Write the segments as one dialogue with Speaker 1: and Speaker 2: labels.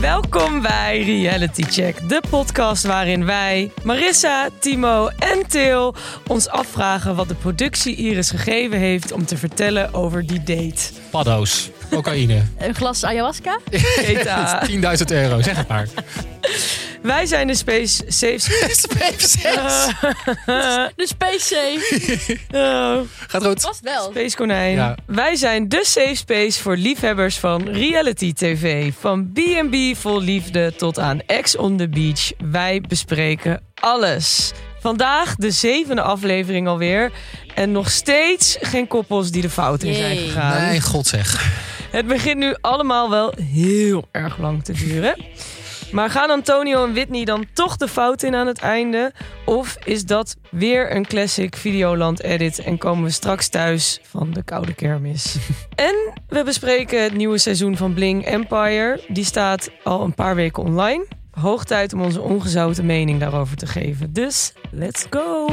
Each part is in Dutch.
Speaker 1: Welkom bij Reality Check, de podcast waarin wij, Marissa, Timo en Til, ons afvragen wat de productie Iris gegeven heeft om te vertellen over die date.
Speaker 2: Paddo's, cocaïne.
Speaker 3: Een glas ayahuasca?
Speaker 1: Eta.
Speaker 2: €10.000, zeg het maar.
Speaker 1: Wij zijn de Space Safe...
Speaker 3: De Space Safe.
Speaker 2: Gaat goed.
Speaker 3: Vast wel.
Speaker 1: Space Konijn.
Speaker 2: Ja.
Speaker 1: Wij zijn de safe space voor liefhebbers van reality tv. Van B&B vol liefde tot aan Ex on the Beach. Wij bespreken alles. Vandaag de 7e aflevering alweer. En nog steeds geen koppels die de fout in zijn
Speaker 3: Jee.
Speaker 1: gegaan.
Speaker 2: Nee, god zeg.
Speaker 1: Het begint nu allemaal wel heel erg lang te duren. Maar gaan Antonio en Whitney dan toch de fout in aan het einde? Of is dat weer een classic Videoland edit en komen we straks thuis van de koude kermis? En we bespreken het nieuwe seizoen van Bling Empire. Die staat al een paar weken online. Hoog tijd om onze ongezouten mening daarover te geven. Dus, let's go!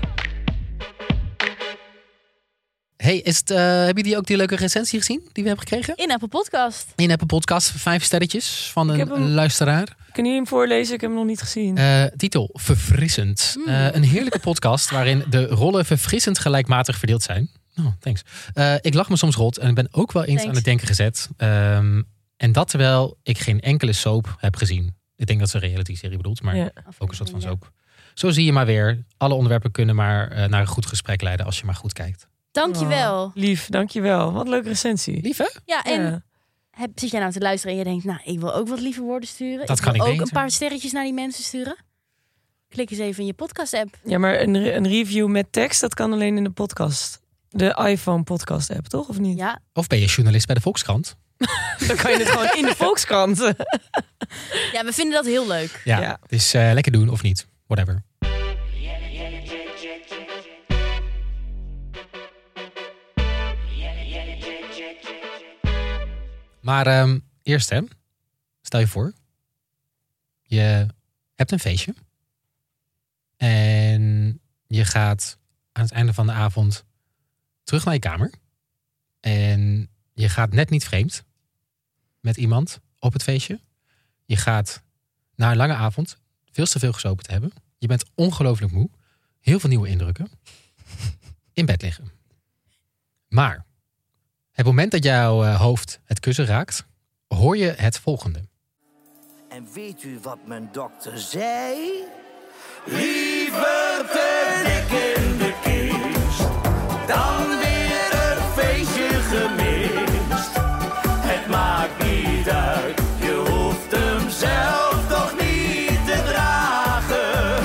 Speaker 2: Hey, hebben jullie ook die leuke recensie gezien die we hebben gekregen?
Speaker 3: In Apple Podcast.
Speaker 2: In Apple Podcast, 5 sterretjes van
Speaker 1: heb hem-
Speaker 2: een luisteraar.
Speaker 1: Kunnen jullie hem voorlezen? Ik heb hem nog niet gezien.
Speaker 2: Titel, verfrissend. Een heerlijke podcast waarin de rollen verfrissend gelijkmatig verdeeld zijn. Oh, thanks. Ik lach me soms rot en ik ben ook wel eens
Speaker 3: Thanks.
Speaker 2: aan het denken gezet. En dat terwijl ik geen enkele soap heb gezien. Ik denk dat ze een reality-serie bedoelt, maar
Speaker 1: Ja.
Speaker 2: ook een soort van soap. Zo zie je maar weer. Alle onderwerpen kunnen maar naar een goed gesprek leiden als je maar goed kijkt.
Speaker 3: Dankjewel.
Speaker 1: Oh, lief, dankjewel. Wat een leuke recensie.
Speaker 2: Lief, hè?
Speaker 3: Ja, en
Speaker 1: Ja.
Speaker 3: zit jij nou te luisteren en je denkt, nou, ik wil ook wat lieve woorden sturen.
Speaker 2: Dat
Speaker 3: ik
Speaker 2: kan
Speaker 3: wil
Speaker 2: ik
Speaker 3: ook
Speaker 2: weten.
Speaker 3: een paar sterretjes naar die mensen sturen. Klik eens even in je podcast-app.
Speaker 1: Ja, maar een review met tekst, dat kan alleen in de podcast. De iPhone podcast app, toch? Of niet?
Speaker 3: Ja,
Speaker 2: Of ben je journalist bij de Volkskrant?
Speaker 1: Dan kan je het gewoon in de Volkskrant.
Speaker 3: ja, we vinden dat heel leuk.
Speaker 2: Ja,
Speaker 1: Ja.
Speaker 2: dus lekker doen of niet. Whatever. Maar eerst hè, stel je voor, je hebt een feestje en je gaat aan het einde van de avond terug naar je kamer en je gaat net niet vreemd met iemand op het feestje. Je gaat na een lange avond veel te veel gesopen te hebben. Je bent ongelooflijk moe, heel veel nieuwe indrukken, in bed liggen. Maar het moment dat jouw hoofd het kussen raakt, hoor je het volgende.
Speaker 4: En weet u wat mijn dokter zei? Liever te dik in de kist dan weer een feestje gemist. Het maakt niet uit, je hoeft hem zelf toch niet te dragen.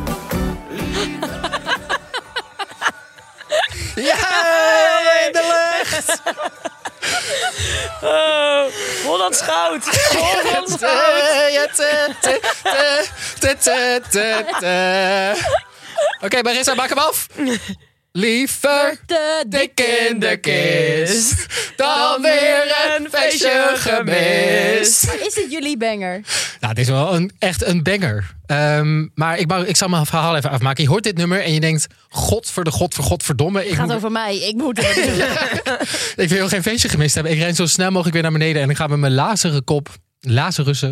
Speaker 2: Ja, in de lucht!
Speaker 1: Oh, Hollands goud. Hollands goud.
Speaker 2: Oké, Marissa, maak hem af. Liever
Speaker 3: De
Speaker 2: dik in de kist dan weer een feestje gemist.
Speaker 3: Is dit jullie banger?
Speaker 2: Nou, dit is wel echt een banger. Maar ik zal mijn verhaal even afmaken. Je hoort dit nummer en je denkt, godverdomme.
Speaker 3: Het gaat over mij. Ik moet het doen.
Speaker 2: Ik wil geen feestje gemist hebben. Ik ren zo snel mogelijk weer naar beneden en ik ga met mijn lazere kop. Lazarus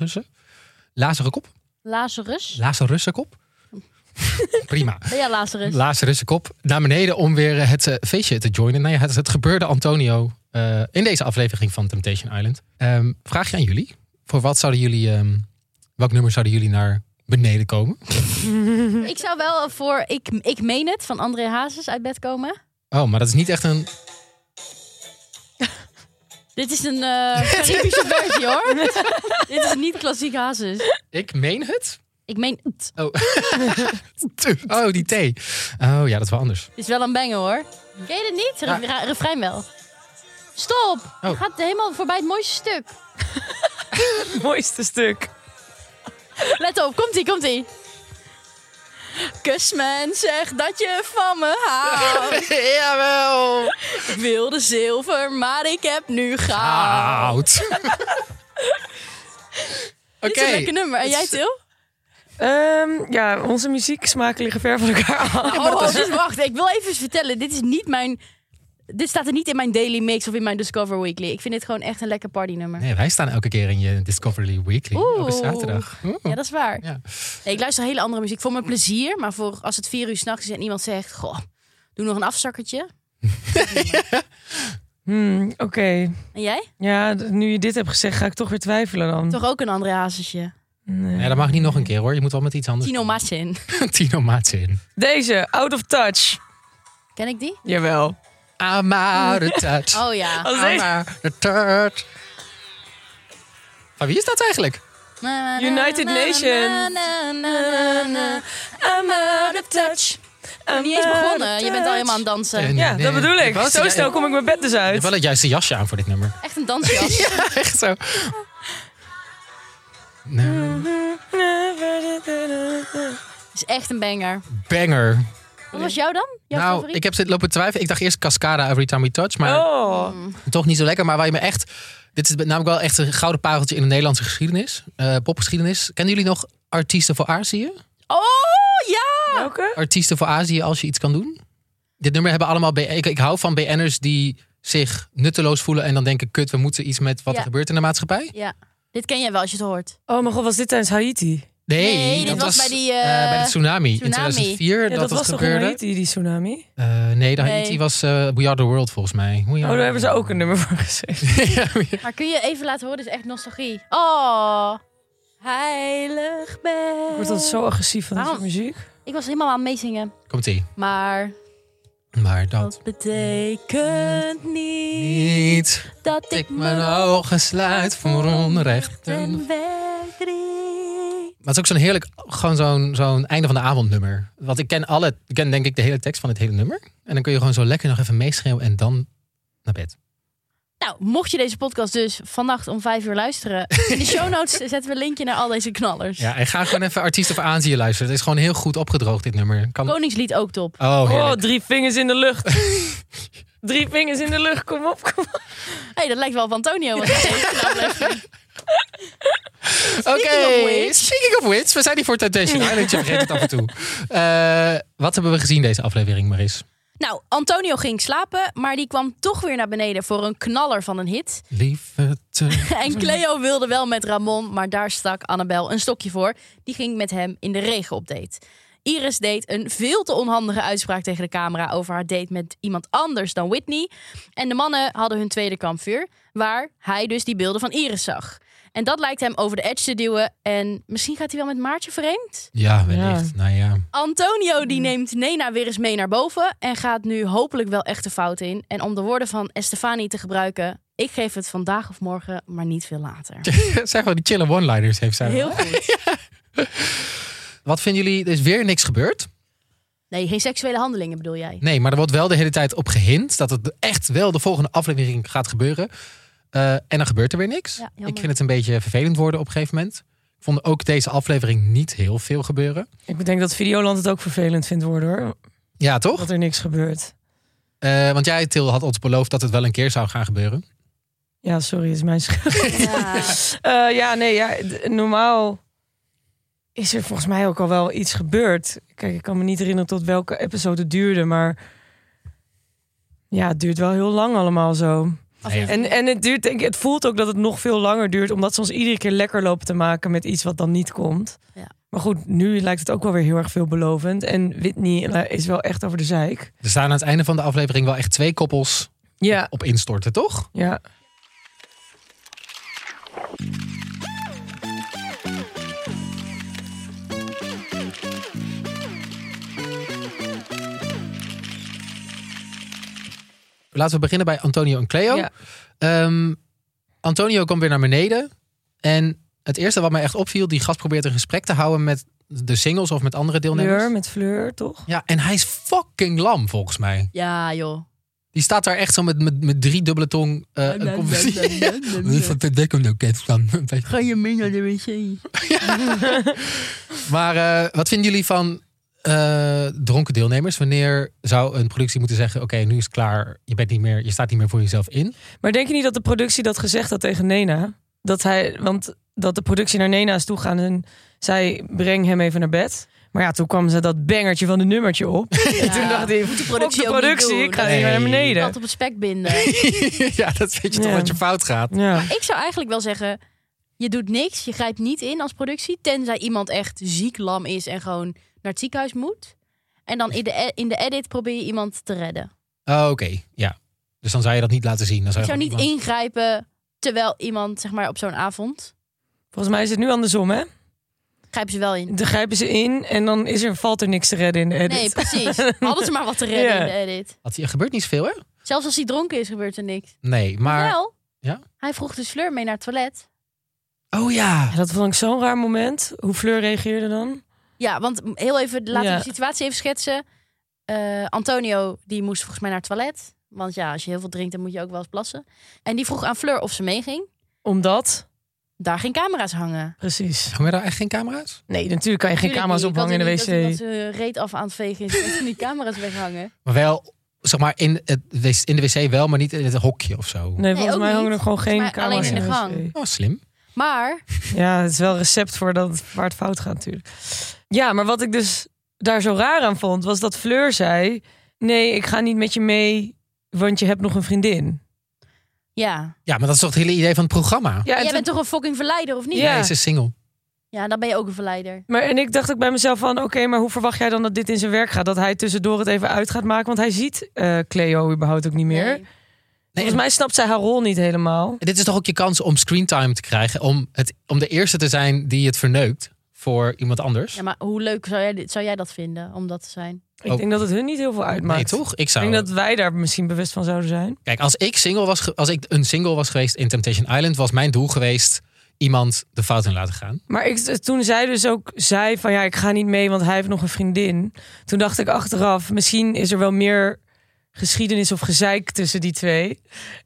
Speaker 2: kop? Prima.
Speaker 3: Ben jij Lazarus?
Speaker 2: Lazarus kop naar beneden om weer het feestje te joinen. Nou ja, het gebeurde Antonio in deze aflevering van Temptation Island. Vraag je aan jullie. Voor wat zouden jullie, welk nummer zouden jullie naar beneden komen?
Speaker 3: Ik zou wel voor Ik Meen Het van André Hazes uit bed komen.
Speaker 2: Oh, maar dat is niet echt een...
Speaker 3: Dit is een Caribische versie hoor. Dit is niet klassiek Hazes.
Speaker 2: Ik meen het?
Speaker 3: Ik meen het.
Speaker 2: Oh, oh die thee. Oh ja, dat is wel anders.
Speaker 3: Het is wel een banger hoor. Ken je dit niet? Refrein wel. Stop!
Speaker 2: Oh.
Speaker 3: Je gaat helemaal voorbij het mooiste stuk.
Speaker 1: Het mooiste stuk.
Speaker 3: Let op, komt-ie. Kus me en zeg dat je van me houdt.
Speaker 2: Jawel.
Speaker 3: Ik wilde zilver, maar ik heb nu goud.
Speaker 2: Oud.
Speaker 3: Dit is een lekker nummer. En jij, Til?
Speaker 1: Ja, onze muzieksmaken liggen ver van elkaar af.
Speaker 3: Wacht, ik wil even vertellen. Dit is niet mijn dit staat er niet in mijn Daily Mix of in mijn Discover Weekly. Ik vind dit gewoon echt een lekker partynummer.
Speaker 2: Nee, wij staan elke keer in je Discovery Weekly. Elke zaterdag.
Speaker 3: Ja, dat is waar.
Speaker 2: Ja.
Speaker 3: Nee, ik luister hele andere muziek voor mijn plezier. Maar voor als het 4 uur 's nachts is en iemand zegt... Goh, doe nog een afzakkertje.
Speaker 1: Oké.
Speaker 3: En jij?
Speaker 1: Ja, nu je dit hebt gezegd, ga ik toch weer twijfelen dan.
Speaker 3: Toch ook een André Hazesje.
Speaker 2: Nee, dat mag niet nog een keer hoor. Je moet wel met iets anders.
Speaker 3: Tino Martin.
Speaker 2: Tino Martin.
Speaker 1: Deze, Out of Touch.
Speaker 3: Ken ik die?
Speaker 1: Jawel.
Speaker 2: I'm out of touch.
Speaker 3: Oh ja.
Speaker 1: Als
Speaker 2: I'm
Speaker 1: deze-
Speaker 2: out of touch. Van wie is dat eigenlijk?
Speaker 1: United Nations. I'm out of touch. I'm
Speaker 3: Niet eens
Speaker 1: out of
Speaker 3: begonnen. Je bent al helemaal aan het dansen.
Speaker 1: Ja, dat bedoel ik.
Speaker 2: Wat?
Speaker 1: Zo
Speaker 2: Ja,
Speaker 1: snel kom ik mijn bed dus
Speaker 2: Je hebt
Speaker 1: uit.
Speaker 2: wel het juiste jasje aan voor dit nummer.
Speaker 3: Echt een dansjas.
Speaker 2: Ja, echt zo.
Speaker 3: Is echt een banger.
Speaker 2: Banger.
Speaker 3: Wat was jou dan? Jouw
Speaker 2: Nou,
Speaker 3: favoriet?
Speaker 2: ik heb zitten lopen twijfelen. Ik dacht eerst Cascada Every Time We Touch. Maar
Speaker 1: Oh.
Speaker 2: toch niet zo lekker. Maar waar je me echt... Dit is namelijk wel echt een gouden pareltje in de Nederlandse geschiedenis. Popgeschiedenis. Kennen jullie nog Artiesten voor Azië?
Speaker 3: Oh, ja!
Speaker 1: Welke?
Speaker 2: Artiesten voor Azië als je iets kan doen. Dit nummer hebben allemaal... Ik hou van BN'ers die zich nutteloos voelen en dan denken... kut, we moeten iets met wat
Speaker 3: Ja.
Speaker 2: er gebeurt in de maatschappij.
Speaker 3: Ja. Dit ken jij wel als je het hoort.
Speaker 1: Oh mijn god, was dit tijdens Haiti?
Speaker 3: Nee, dit
Speaker 2: dat
Speaker 3: was bij die,
Speaker 2: bij de tsunami, in
Speaker 3: tsunami.
Speaker 2: 2004
Speaker 1: Ja,
Speaker 2: dat
Speaker 1: dat
Speaker 2: het
Speaker 1: was toch in
Speaker 2: gebeurde.
Speaker 1: Haiti, die tsunami?
Speaker 2: Nee, de
Speaker 3: Nee.
Speaker 2: Haiti was We Are The World volgens mij.
Speaker 1: Oh, daar hebben ze ook een nummer voor geschreven.
Speaker 3: Maar kun je even laten horen? Dit is echt nostalgie. Oh, heilig ben.
Speaker 1: Ik word altijd zo agressief van deze
Speaker 3: Waarom?
Speaker 1: muziek.
Speaker 3: Ik was helemaal aan het meezingen.
Speaker 2: Komt-ie.
Speaker 3: Maar
Speaker 2: Maar dat
Speaker 3: dat betekent niet
Speaker 2: niet.
Speaker 3: dat
Speaker 2: Ik mijn ogen sluit voor onrecht.
Speaker 3: en wegdriet.
Speaker 2: Maar het is ook zo'n heerlijk, gewoon zo'n einde van de avond nummer. Want ik ken denk ik de hele tekst van het hele nummer. En dan kun je gewoon zo lekker nog even meeschreeuwen en dan naar bed.
Speaker 3: Nou, mocht je deze podcast dus vannacht om 5 uur luisteren... in de show notes zetten we een linkje naar al deze knallers.
Speaker 2: Ja, en ga gewoon even Artiesten van Azië luisteren. Het is gewoon heel goed opgedroogd, dit nummer.
Speaker 3: Koningslied ook top.
Speaker 2: Oh,
Speaker 1: Oh,
Speaker 2: heerlijk.
Speaker 1: 3 vingers in de lucht. 3 vingers in de lucht, kom op, kom op.
Speaker 3: Hey, dat lijkt wel op Antonio. Wat hij heeft in de aflevering.
Speaker 2: Oké, speaking of which, we zijn hier voor Temptation Island. Je vergeet het af en toe. Wat hebben we gezien deze aflevering, Maris?
Speaker 3: Nou, Antonio ging slapen, maar die kwam toch weer naar beneden voor een knaller van een hit.
Speaker 2: Lieve
Speaker 3: En Cleo wilde wel met Ramon, maar daar stak Annabel een stokje voor. Die ging met hem in de regen op date. Iris deed een veel te onhandige uitspraak tegen de camera over haar date met iemand anders dan Whitney. En de mannen hadden hun tweede kampvuur, waar hij dus die beelden van Iris zag. En dat lijkt hem over de edge te duwen. En misschien gaat hij wel met Maartje vreemd?
Speaker 2: Ja, wellicht.
Speaker 1: Ja.
Speaker 2: Nou ja.
Speaker 3: Antonio die neemt Nena weer eens mee naar boven en gaat nu hopelijk wel echt de fout in. En om de woorden van Estefanie te gebruiken, ik geef het vandaag of morgen, maar niet veel later.
Speaker 2: Zeg wel, die chille one-liners heeft zij.
Speaker 3: Heel goed.
Speaker 2: Wat vinden jullie? Er is weer niks gebeurd.
Speaker 3: Nee, geen seksuele handelingen bedoel jij?
Speaker 2: Nee, maar er wordt wel de hele tijd op gehind dat het echt wel de volgende aflevering gaat gebeuren. En dan gebeurt er weer niks.
Speaker 3: Ja, jammer.
Speaker 2: Ik vind het een beetje vervelend worden op een gegeven moment. Ik vond ook deze aflevering niet heel veel gebeuren.
Speaker 1: Ik denk dat Videoland het ook vervelend vindt worden, hoor.
Speaker 2: Ja, toch?
Speaker 1: Dat er niks gebeurt.
Speaker 2: Want jij, Til, had ons beloofd dat het wel een keer zou gaan gebeuren.
Speaker 1: Ja, sorry, is mijn schuld.
Speaker 3: Ja.
Speaker 1: Normaal is er volgens mij ook al wel iets gebeurd. Kijk, ik kan me niet herinneren tot welke episode het duurde, maar ja, het duurt wel heel lang allemaal zo. En het duurt, denk ik, het voelt ook dat het nog veel langer duurt, omdat ze ons iedere keer lekker lopen te maken met iets wat dan niet komt.
Speaker 3: Ja.
Speaker 1: Maar goed, nu lijkt het ook wel weer heel erg veelbelovend. En Whitney is wel echt over de zeik.
Speaker 2: Er staan aan het einde van de aflevering wel echt 2 koppels
Speaker 1: Ja,
Speaker 2: op instorten, toch?
Speaker 1: ja.
Speaker 2: Laten we beginnen bij Antonio en Cleo.
Speaker 1: Ja.
Speaker 2: Antonio komt weer naar beneden. En het eerste wat mij echt opviel, die gast probeert een gesprek te houden met de singles of met andere deelnemers.
Speaker 1: Fleur met Fleur, toch?
Speaker 2: Ja, en hij is fucking lam volgens mij.
Speaker 3: Ja, joh.
Speaker 2: Die staat daar echt zo met 3 dubbele tong. Een conversatie.
Speaker 3: Ga je mee naar de wc?
Speaker 2: Maar wat vinden jullie van dronken deelnemers? Wanneer zou een productie moeten zeggen: oké, nu is het klaar. Je staat niet meer voor jezelf in.
Speaker 1: Maar denk je niet dat de productie dat gezegd had tegen Nena? Dat de productie naar Nena is toegaan en zij brengt hem even naar bed. Maar ja, toen kwam ze dat bangertje van de nummertje op. En toen dacht hij,
Speaker 3: moet de
Speaker 1: fuck
Speaker 3: productie
Speaker 1: de
Speaker 3: ook niet
Speaker 1: productie,
Speaker 3: doen.
Speaker 1: ik ga
Speaker 2: Nee.
Speaker 1: niet meer naar beneden.
Speaker 3: Dat op het spek binden.
Speaker 2: Ja, dat weet je toch
Speaker 1: Ja.
Speaker 2: dat je fout gaat.
Speaker 1: Ja.
Speaker 3: Ik zou eigenlijk wel zeggen, je doet niks. Je grijpt niet in als productie. Tenzij iemand echt ziek lam is en gewoon naar het ziekenhuis moet. En dan in de edit probeer je iemand te redden.
Speaker 2: Oh, oké, ja. Dus dan zou je dat niet laten zien. Dan
Speaker 3: Je
Speaker 2: zou
Speaker 3: zou
Speaker 2: je
Speaker 3: niet
Speaker 2: gewoon iemand-
Speaker 3: ingrijpen terwijl iemand, zeg maar, op zo'n avond...
Speaker 1: Volgens mij is het nu andersom, hè?
Speaker 3: Grijpen ze wel in.
Speaker 1: Dan grijpen ze in en dan valt er niks te redden in de edit.
Speaker 3: Nee, precies. Hadden ze maar wat te redden
Speaker 1: Ja.
Speaker 3: in de edit.
Speaker 2: Er gebeurt niet zoveel, hè?
Speaker 3: Zelfs als hij dronken is, gebeurt er niks.
Speaker 2: Nee, maar...
Speaker 3: Wel,
Speaker 2: Ja?
Speaker 3: hij vroeg dus Fleur mee naar het toilet.
Speaker 2: Oh ja.
Speaker 1: Ja, dat vond ik zo'n raar moment. Hoe Fleur reageerde dan?
Speaker 3: Ja, want heel even, laten we
Speaker 1: Ja.
Speaker 3: de situatie even schetsen. Antonio, die moest volgens mij naar het toilet. Want ja, als je heel veel drinkt, dan moet je ook wel eens plassen. En die vroeg aan Fleur of ze meeging.
Speaker 1: Omdat?
Speaker 3: Daar geen camera's hangen.
Speaker 1: Precies.
Speaker 2: Hangen daar echt geen camera's?
Speaker 1: Nee, natuurlijk kan je geen camera's ophangen in de wc.
Speaker 3: Dat ze reet af aan het vegen is en die camera's weghangen.
Speaker 2: Maar wel, zeg maar, in de wc wel, maar niet in het hokje of zo.
Speaker 1: Nee, volgens
Speaker 3: ook
Speaker 1: mij hangen
Speaker 3: niet.
Speaker 1: er gewoon geen
Speaker 3: Volgens mij alleen
Speaker 1: camera's
Speaker 3: in de
Speaker 1: in de
Speaker 3: gang.
Speaker 1: wc.
Speaker 2: Oh, slim.
Speaker 3: Maar,
Speaker 1: Ja, het is wel recept voor waar het fout gaat natuurlijk. Ja, maar wat ik dus daar zo raar aan vond, was dat Fleur zei... Nee, ik ga niet met je mee, want je hebt nog een vriendin.
Speaker 3: ja.
Speaker 2: Ja, maar dat is toch het hele idee van het programma?
Speaker 1: Ja, en
Speaker 3: Jij
Speaker 1: toen-
Speaker 3: bent toch een fucking verleider, of niet?
Speaker 1: Ja.
Speaker 2: Nee, ze is single.
Speaker 3: Ja, dan ben je ook een verleider.
Speaker 1: en ik dacht ook bij mezelf van... Oké, maar hoe verwacht jij dan dat dit in zijn werk gaat? Dat hij tussendoor het even uit gaat maken? Want hij ziet Cleo überhaupt ook niet meer.
Speaker 3: Nee.
Speaker 1: Volgens mij snapt zij haar rol niet helemaal.
Speaker 2: Dit is toch ook je kans om screentime te krijgen, om de eerste te zijn die het verneukt voor iemand anders?
Speaker 3: Ja, maar hoe leuk zou jij dat vinden, om dat te zijn?
Speaker 1: Ik denk dat het hun niet heel veel uitmaakt.
Speaker 2: Nee, toch? Ik
Speaker 1: Ik
Speaker 2: zou...
Speaker 1: denk dat wij daar misschien bewust van zouden zijn.
Speaker 2: Kijk, als ik een single was geweest in Temptation Island, was mijn doel geweest iemand de fout in laten gaan.
Speaker 1: Maar toen zij dus ook zei van... Ja, ik ga niet mee, want hij heeft nog een vriendin. Toen dacht ik achteraf... Misschien is er wel meer geschiedenis of gezeik tussen die twee.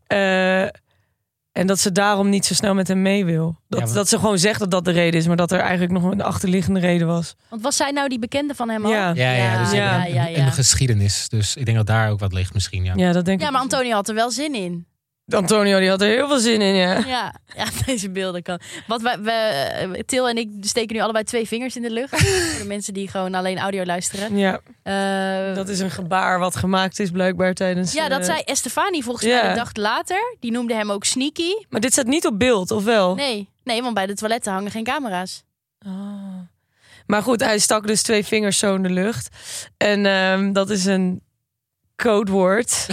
Speaker 1: En dat ze daarom niet zo snel met hem mee wil. Dat ze gewoon zegt dat dat de reden is... maar dat er eigenlijk nog een achterliggende reden was.
Speaker 3: Want was zij nou die bekende van hem al?
Speaker 1: Ja.
Speaker 2: Ja, dus
Speaker 1: ja,
Speaker 2: een geschiedenis. Dus ik denk dat daar ook wat ligt misschien. Ja.
Speaker 1: Ja, dat denk
Speaker 3: Ja,
Speaker 1: ik.
Speaker 3: maar Antonio had er wel zin in.
Speaker 1: Antonio die had er heel veel zin in, ja.
Speaker 3: Ja, deze beelden kan. Want Til en ik steken nu allebei 2 vingers in de lucht. Voor de mensen die gewoon alleen audio luisteren.
Speaker 1: Ja,
Speaker 3: Eh,
Speaker 1: dat is een gebaar wat gemaakt is blijkbaar tijdens...
Speaker 3: ja, dat zei Estefanie volgens
Speaker 1: ja.
Speaker 3: mij de dag later. Die noemde hem ook sneaky.
Speaker 1: Maar dit staat niet op beeld, of wel?
Speaker 3: Nee, want bij de toiletten hangen geen camera's.
Speaker 1: Ah. Maar goed, hij stak dus 2 vingers zo in de lucht. En dat is een codewoord.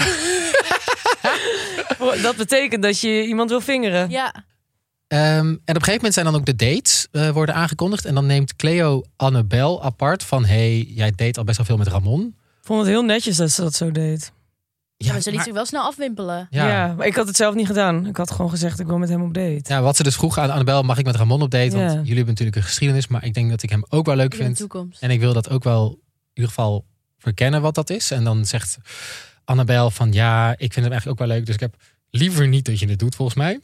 Speaker 1: Dat betekent dat je iemand wil vingeren.
Speaker 3: Ja,
Speaker 2: En op een gegeven moment zijn dan ook de dates worden aangekondigd. En dan neemt Cleo Annabel apart van... Hey, jij date al best wel veel met Ramon.
Speaker 1: Ik vond het heel netjes dat ze dat zo deed.
Speaker 3: maar ze liet zich wel snel afwimpelen.
Speaker 1: Ja, maar ik had het zelf niet gedaan. Ik had gewoon gezegd, ik wil met hem op date.
Speaker 2: Ja, wat ze dus vroeg aan Annabel, mag ik met Ramon op date? Want
Speaker 1: Ja.
Speaker 2: jullie hebben natuurlijk een geschiedenis, maar ik denk dat ik hem ook wel leuk
Speaker 3: In de
Speaker 2: vind.
Speaker 3: toekomst.
Speaker 2: En ik wil dat ook wel in ieder geval verkennen wat dat is. En dan zegt Annabel van ja, ik vind hem eigenlijk ook wel leuk. Dus ik heb liever niet dat je dit doet volgens mij.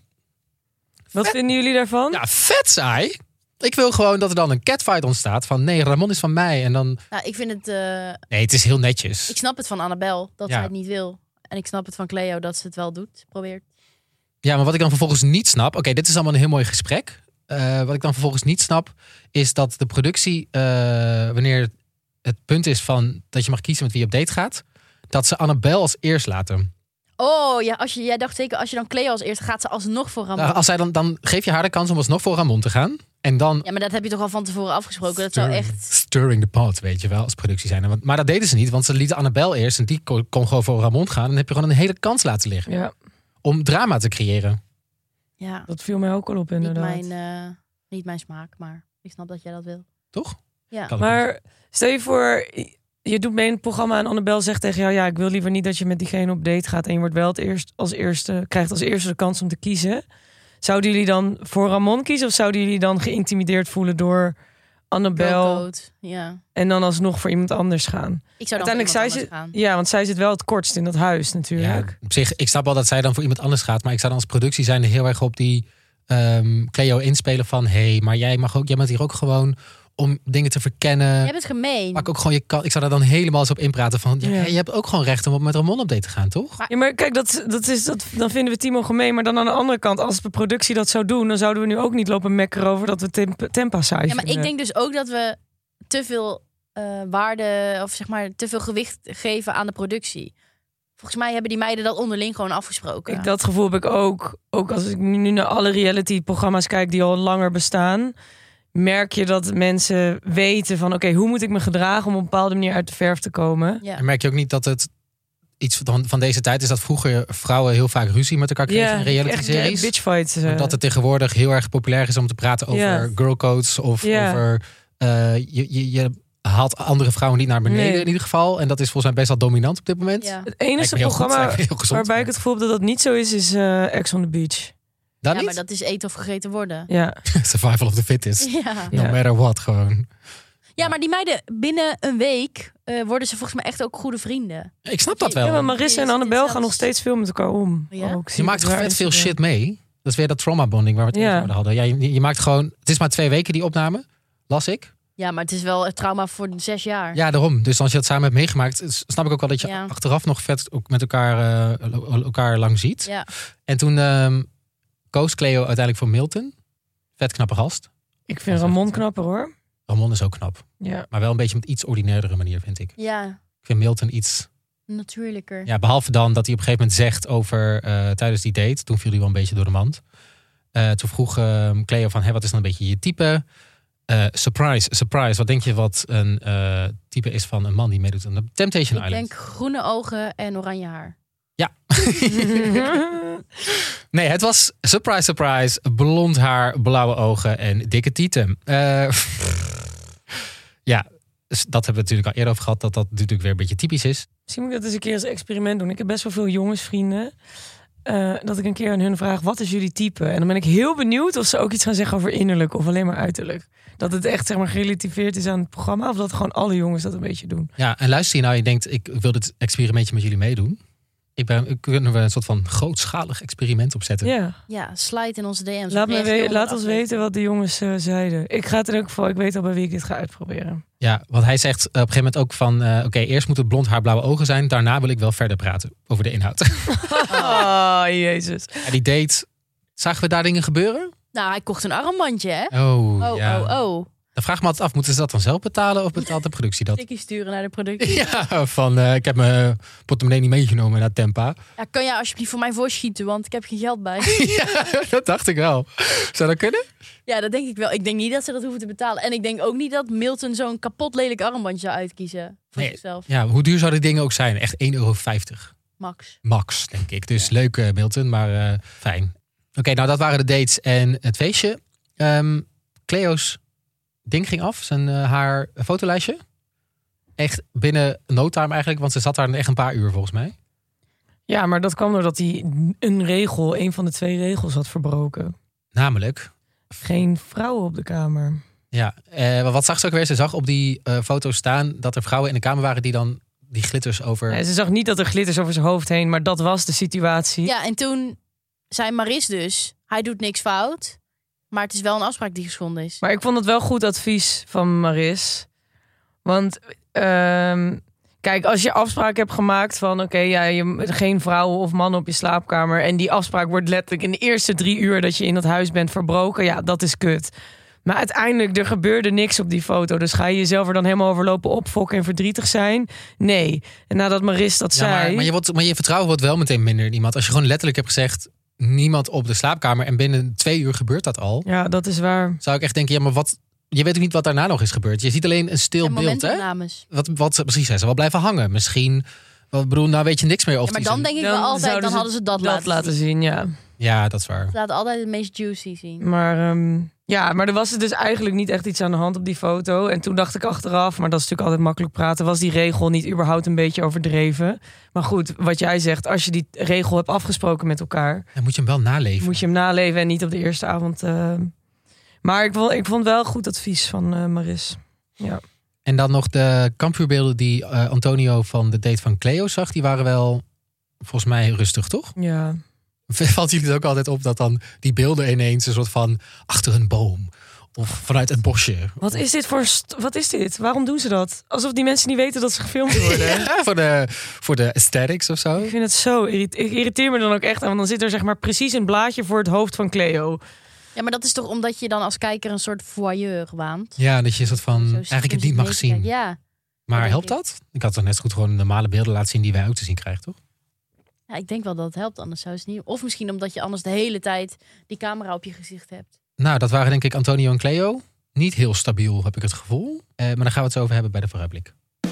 Speaker 1: Wat vinden jullie daarvan?
Speaker 2: Ja, vet saai. Ik wil gewoon dat er dan een catfight ontstaat van nee, Ramon is van mij. En dan,
Speaker 3: Nou, ik vind het...
Speaker 2: nee, het is heel netjes.
Speaker 3: ik snap het van Annabel dat
Speaker 2: Ja.
Speaker 3: zij het niet wil. En ik snap het van Cleo dat ze het wel doet. Probeert.
Speaker 2: Ja, maar wat ik dan vervolgens niet snap... Oké, dit is allemaal een heel mooi gesprek. Wat ik dan vervolgens niet snap... is dat de productie, wanneer het punt is van... dat je mag kiezen met wie je op date gaat... dat ze Annabel als eerst laten.
Speaker 3: Oh ja, jij dacht zeker als je dan Cleo als eerste gaat ze alsnog voor Ramon.
Speaker 2: Als zij dan geef je haar de kans om alsnog voor Ramon te gaan. En dan...
Speaker 3: Ja, maar dat heb je toch al van tevoren afgesproken. Dat zou echt...
Speaker 2: Stirring the pot, weet je wel, als productie zijn. Maar dat deden ze niet, want ze lieten Annabel eerst... en die kon gewoon voor Ramon gaan. En dan heb je gewoon een hele kans laten liggen.
Speaker 1: Ja,
Speaker 2: Om drama te creëren.
Speaker 3: Ja,
Speaker 1: dat viel mij ook al op inderdaad.
Speaker 3: niet mijn smaak, maar ik snap dat jij dat wil.
Speaker 2: Toch?
Speaker 3: Ja.
Speaker 2: Kan
Speaker 1: Maar stel je voor, je doet mee in het programma en Annabel zegt tegen jou... ja, ik wil liever niet dat je met diegene op date gaat... en je wordt wel krijgt als eerste de kans om te kiezen. Zouden jullie dan voor Ramon kiezen... of zouden jullie dan geïntimideerd voelen door Annabel...
Speaker 3: Girlcode, ja.
Speaker 1: en dan alsnog voor iemand anders gaan?
Speaker 3: Ik zou dan voor iemand anders gaan.
Speaker 1: Ja, want zij zit wel het kortst in dat huis natuurlijk.
Speaker 2: Ja, op zich, ik snap wel dat zij dan voor iemand anders gaat. Maar ik zou dan als productie zijn heel erg op die Cleo inspelen van... hey, maar jij bent hier ook gewoon om dingen te verkennen.
Speaker 3: Jij bent gemeen.
Speaker 2: Pak ook gewoon je kant. Ik zou daar dan helemaal eens op inpraten van... Ja,
Speaker 1: Ja.
Speaker 2: je hebt ook gewoon recht om met Ramon op date te gaan, toch?
Speaker 1: Ja, maar kijk, dan vinden we Timo gemeen. Maar dan aan de andere kant, als de productie dat zou doen... dan zouden we nu ook niet lopen mekkeren over dat we Tempa saai
Speaker 3: Ja, maar ik
Speaker 1: vinden.
Speaker 3: denk dus ook dat we te veel waarde of zeg maar te veel gewicht geven aan de productie. Volgens mij hebben die meiden dat onderling gewoon afgesproken.
Speaker 1: Dat gevoel heb ik ook. Ook als ik nu naar alle reality-programma's kijk die al langer bestaan, merk je dat mensen weten van oké, hoe moet ik me gedragen om op een bepaalde manier uit de verf te komen.
Speaker 3: Ja.
Speaker 2: En merk je ook niet dat het iets van deze tijd is dat vroeger vrouwen heel vaak ruzie met elkaar kregen in reality-series?
Speaker 1: Bitchfights.
Speaker 2: Dat het tegenwoordig heel erg populair is om te praten over girlcodes of over je haalt andere vrouwen niet naar beneden in ieder geval. En dat is volgens mij best wel dominant op dit moment.
Speaker 3: Ja.
Speaker 1: Het enige programma waarbij ik het gevoel heb dat dat niet zo is Ex on the Beach.
Speaker 2: Dat
Speaker 3: Ja,
Speaker 2: niet?
Speaker 3: maar dat is eten of gegeten worden.
Speaker 1: Ja.
Speaker 2: Survival of the fittest.
Speaker 3: Ja.
Speaker 2: No matter what, gewoon.
Speaker 3: Ja, maar die meiden, binnen een week worden ze volgens mij echt ook goede vrienden.
Speaker 2: Ik snap dat wel.
Speaker 1: Ja, maar Marissa en Annabel gaan nog steeds veel met elkaar om.
Speaker 3: Ja?
Speaker 1: Ook,
Speaker 2: Je maakt toch vet veel shit mee? Dat is weer dat trauma bonding waar we het eerst over hadden. Ja, je maakt gewoon... Het is maar 2 weken die opname, las ik.
Speaker 3: Ja, maar het is wel het trauma voor 6 jaar.
Speaker 2: Ja, daarom. Dus als je dat samen hebt meegemaakt, snap ik ook wel dat je achteraf nog vet ook met elkaar lang ziet.
Speaker 3: Ja.
Speaker 2: En toen koos Cleo uiteindelijk voor Milton. Vet knappe gast.
Speaker 1: Ik vind Ramon knapper hoor.
Speaker 2: Ramon is ook knap.
Speaker 1: Ja.
Speaker 2: Maar wel een beetje met iets ordinairdere manier, vind ik.
Speaker 3: Ja,
Speaker 2: Ik vind Milton iets...
Speaker 3: natuurlijker.
Speaker 2: Ja, behalve dan dat hij op een gegeven moment zegt over tijdens die date. Toen viel hij wel een beetje door de mand. Toen vroeg Cleo van, wat is dan een beetje je type? Surprise. Wat denk je wat een type is van een man die meedoet aan de Temptation Island?
Speaker 3: Ik denk groene ogen en oranje haar.
Speaker 2: Ja. Nee, het was surprise. Blond haar, blauwe ogen en dikke tieten. Ja, dus dat hebben we natuurlijk al eerder over gehad. Dat natuurlijk weer een beetje typisch is.
Speaker 1: Misschien moet ik dat eens een keer als experiment doen. Ik heb best wel veel jongensvrienden. Dat ik een keer aan hun vraag, wat is jullie type? En dan ben ik heel benieuwd of ze ook iets gaan zeggen over innerlijk of alleen maar uiterlijk. Dat het echt zeg maar gerelativeerd is aan het programma. Of dat gewoon alle jongens dat een beetje doen.
Speaker 2: Ja, en luister je nou, je denkt, ik wil dit experimentje met jullie meedoen. Ik kunnen we een soort van grootschalig experiment opzetten.
Speaker 3: Ja, slide in onze DM's.
Speaker 1: Laat ons weten wat de jongens zeiden. Ik ga het in elk geval, ik weet al bij wie ik dit ga uitproberen.
Speaker 2: Ja, want hij zegt op een gegeven moment ook van... Oké, eerst moet het blond haar, blauwe ogen zijn. Daarna wil ik wel verder praten over de inhoud.
Speaker 1: Oh, jezus.
Speaker 2: Ja, die date, zagen we daar dingen gebeuren?
Speaker 3: Nou, hij kocht een armbandje, hè?
Speaker 2: Oh. Dan vraag me altijd af, moeten ze dat dan zelf betalen of betaalt de productie dat?
Speaker 3: Tikkie sturen naar de productie.
Speaker 2: Ja, van ik heb mijn portemonnee niet meegenomen naar Tempa.
Speaker 3: Ja, kan jij alsjeblieft voor mij voorschieten, want ik heb geen geld bij.
Speaker 2: Ja, dat dacht ik wel. Zou dat kunnen?
Speaker 3: Ja, dat denk ik wel. Ik denk niet dat ze dat hoeven te betalen. En ik denk ook niet dat Milton zo'n kapot lelijk armbandje zou uitkiezen voor zichzelf.
Speaker 2: Ja, hoe duur zouden die dingen ook zijn? Echt €1,50.
Speaker 3: Max,
Speaker 2: denk ik. Dus leuk Milton, maar fijn. Oké, nou dat waren de dates en het feestje. Cleo's ding ging af, haar fotolijstje. Echt binnen no time eigenlijk, want ze zat daar echt een paar uur volgens mij.
Speaker 1: Ja, maar dat kwam doordat hij een van de 2 regels had verbroken.
Speaker 2: Namelijk?
Speaker 1: Geen vrouwen op de kamer.
Speaker 2: Ja, wat zag ze ook weer? Ze zag op die foto staan dat er vrouwen in de kamer waren die dan die glitters over...
Speaker 1: Ja, ze zag niet dat er glitters over zijn hoofd heen, maar dat was de situatie.
Speaker 3: Ja, en toen zei Maris dus, hij doet niks fout. Maar het is wel een afspraak die geschonden is.
Speaker 1: Maar ik vond het wel goed advies van Maris. Want kijk, als je afspraak hebt gemaakt van... Oké, geen vrouwen of mannen op je slaapkamer... en die afspraak wordt letterlijk in de eerste 3 uur... dat je in dat huis bent verbroken, ja, dat is kut. Maar uiteindelijk, er gebeurde niks op die foto. Dus ga je jezelf er dan helemaal over lopen opfokken en verdrietig zijn? Nee. En nadat Maris dat zei...
Speaker 2: Maar je vertrouwen wordt wel meteen minder in iemand. Als je gewoon letterlijk hebt gezegd... niemand op de slaapkamer en binnen 2 uur gebeurt dat al.
Speaker 1: Ja, dat is waar.
Speaker 2: Zou ik echt denken, ja, maar wat... Je weet ook niet wat daarna nog is gebeurd. Je ziet alleen een stil beeld, hè? Wat precies zijn ze wel blijven hangen. Misschien, nou weet je niks meer of
Speaker 3: maar dan denk ik wel altijd, dan hadden ze dat laten zien.
Speaker 1: Ja.
Speaker 2: Ja, dat is waar.
Speaker 3: Ze laten altijd het meest juicy zien.
Speaker 1: Maar er was er dus eigenlijk niet echt iets aan de hand op die foto. En toen dacht ik achteraf, maar dat is natuurlijk altijd makkelijk praten... was die regel niet überhaupt een beetje overdreven. Maar goed, wat jij zegt, als je die regel hebt afgesproken met elkaar...
Speaker 2: dan moet je hem wel naleven.
Speaker 1: Moet je hem naleven en niet op de eerste avond... Maar ik vond wel goed advies van Maris. Ja.
Speaker 2: En dan nog de kampvuurbeelden die Antonio van de date van Cleo zag. Die waren wel volgens mij rustig, toch?
Speaker 1: Ja.
Speaker 2: Valt jullie het ook altijd op dat dan die beelden ineens een soort van achter een boom of vanuit het bosje?
Speaker 1: Wat is dit? Waarom doen ze dat? Alsof die mensen niet weten dat ze gefilmd worden.
Speaker 2: Ja, voor de aesthetics of zo.
Speaker 1: Ik vind het zo ik irriteer me dan ook echt aan. Want dan zit er zeg maar precies een blaadje voor het hoofd van Cleo.
Speaker 3: Ja, maar dat is toch omdat je dan als kijker een soort voyeur waant?
Speaker 2: Ja, dat je een soort van eigenlijk het niet mag zien.
Speaker 3: Ja.
Speaker 2: Maar
Speaker 3: denk
Speaker 2: helpt
Speaker 3: ik.
Speaker 2: dat? Ik had toch net zo goed gewoon normale beelden laten zien die wij ook te zien krijgen, toch?
Speaker 3: Ja, ik denk wel dat het helpt, anders zou het niet. Of misschien omdat je anders de hele tijd die camera op je gezicht hebt.
Speaker 2: Nou, dat waren denk ik Antonio en Cleo. Niet heel stabiel, heb ik het gevoel. Maar daar gaan we het zo over hebben bij de vooruitblik.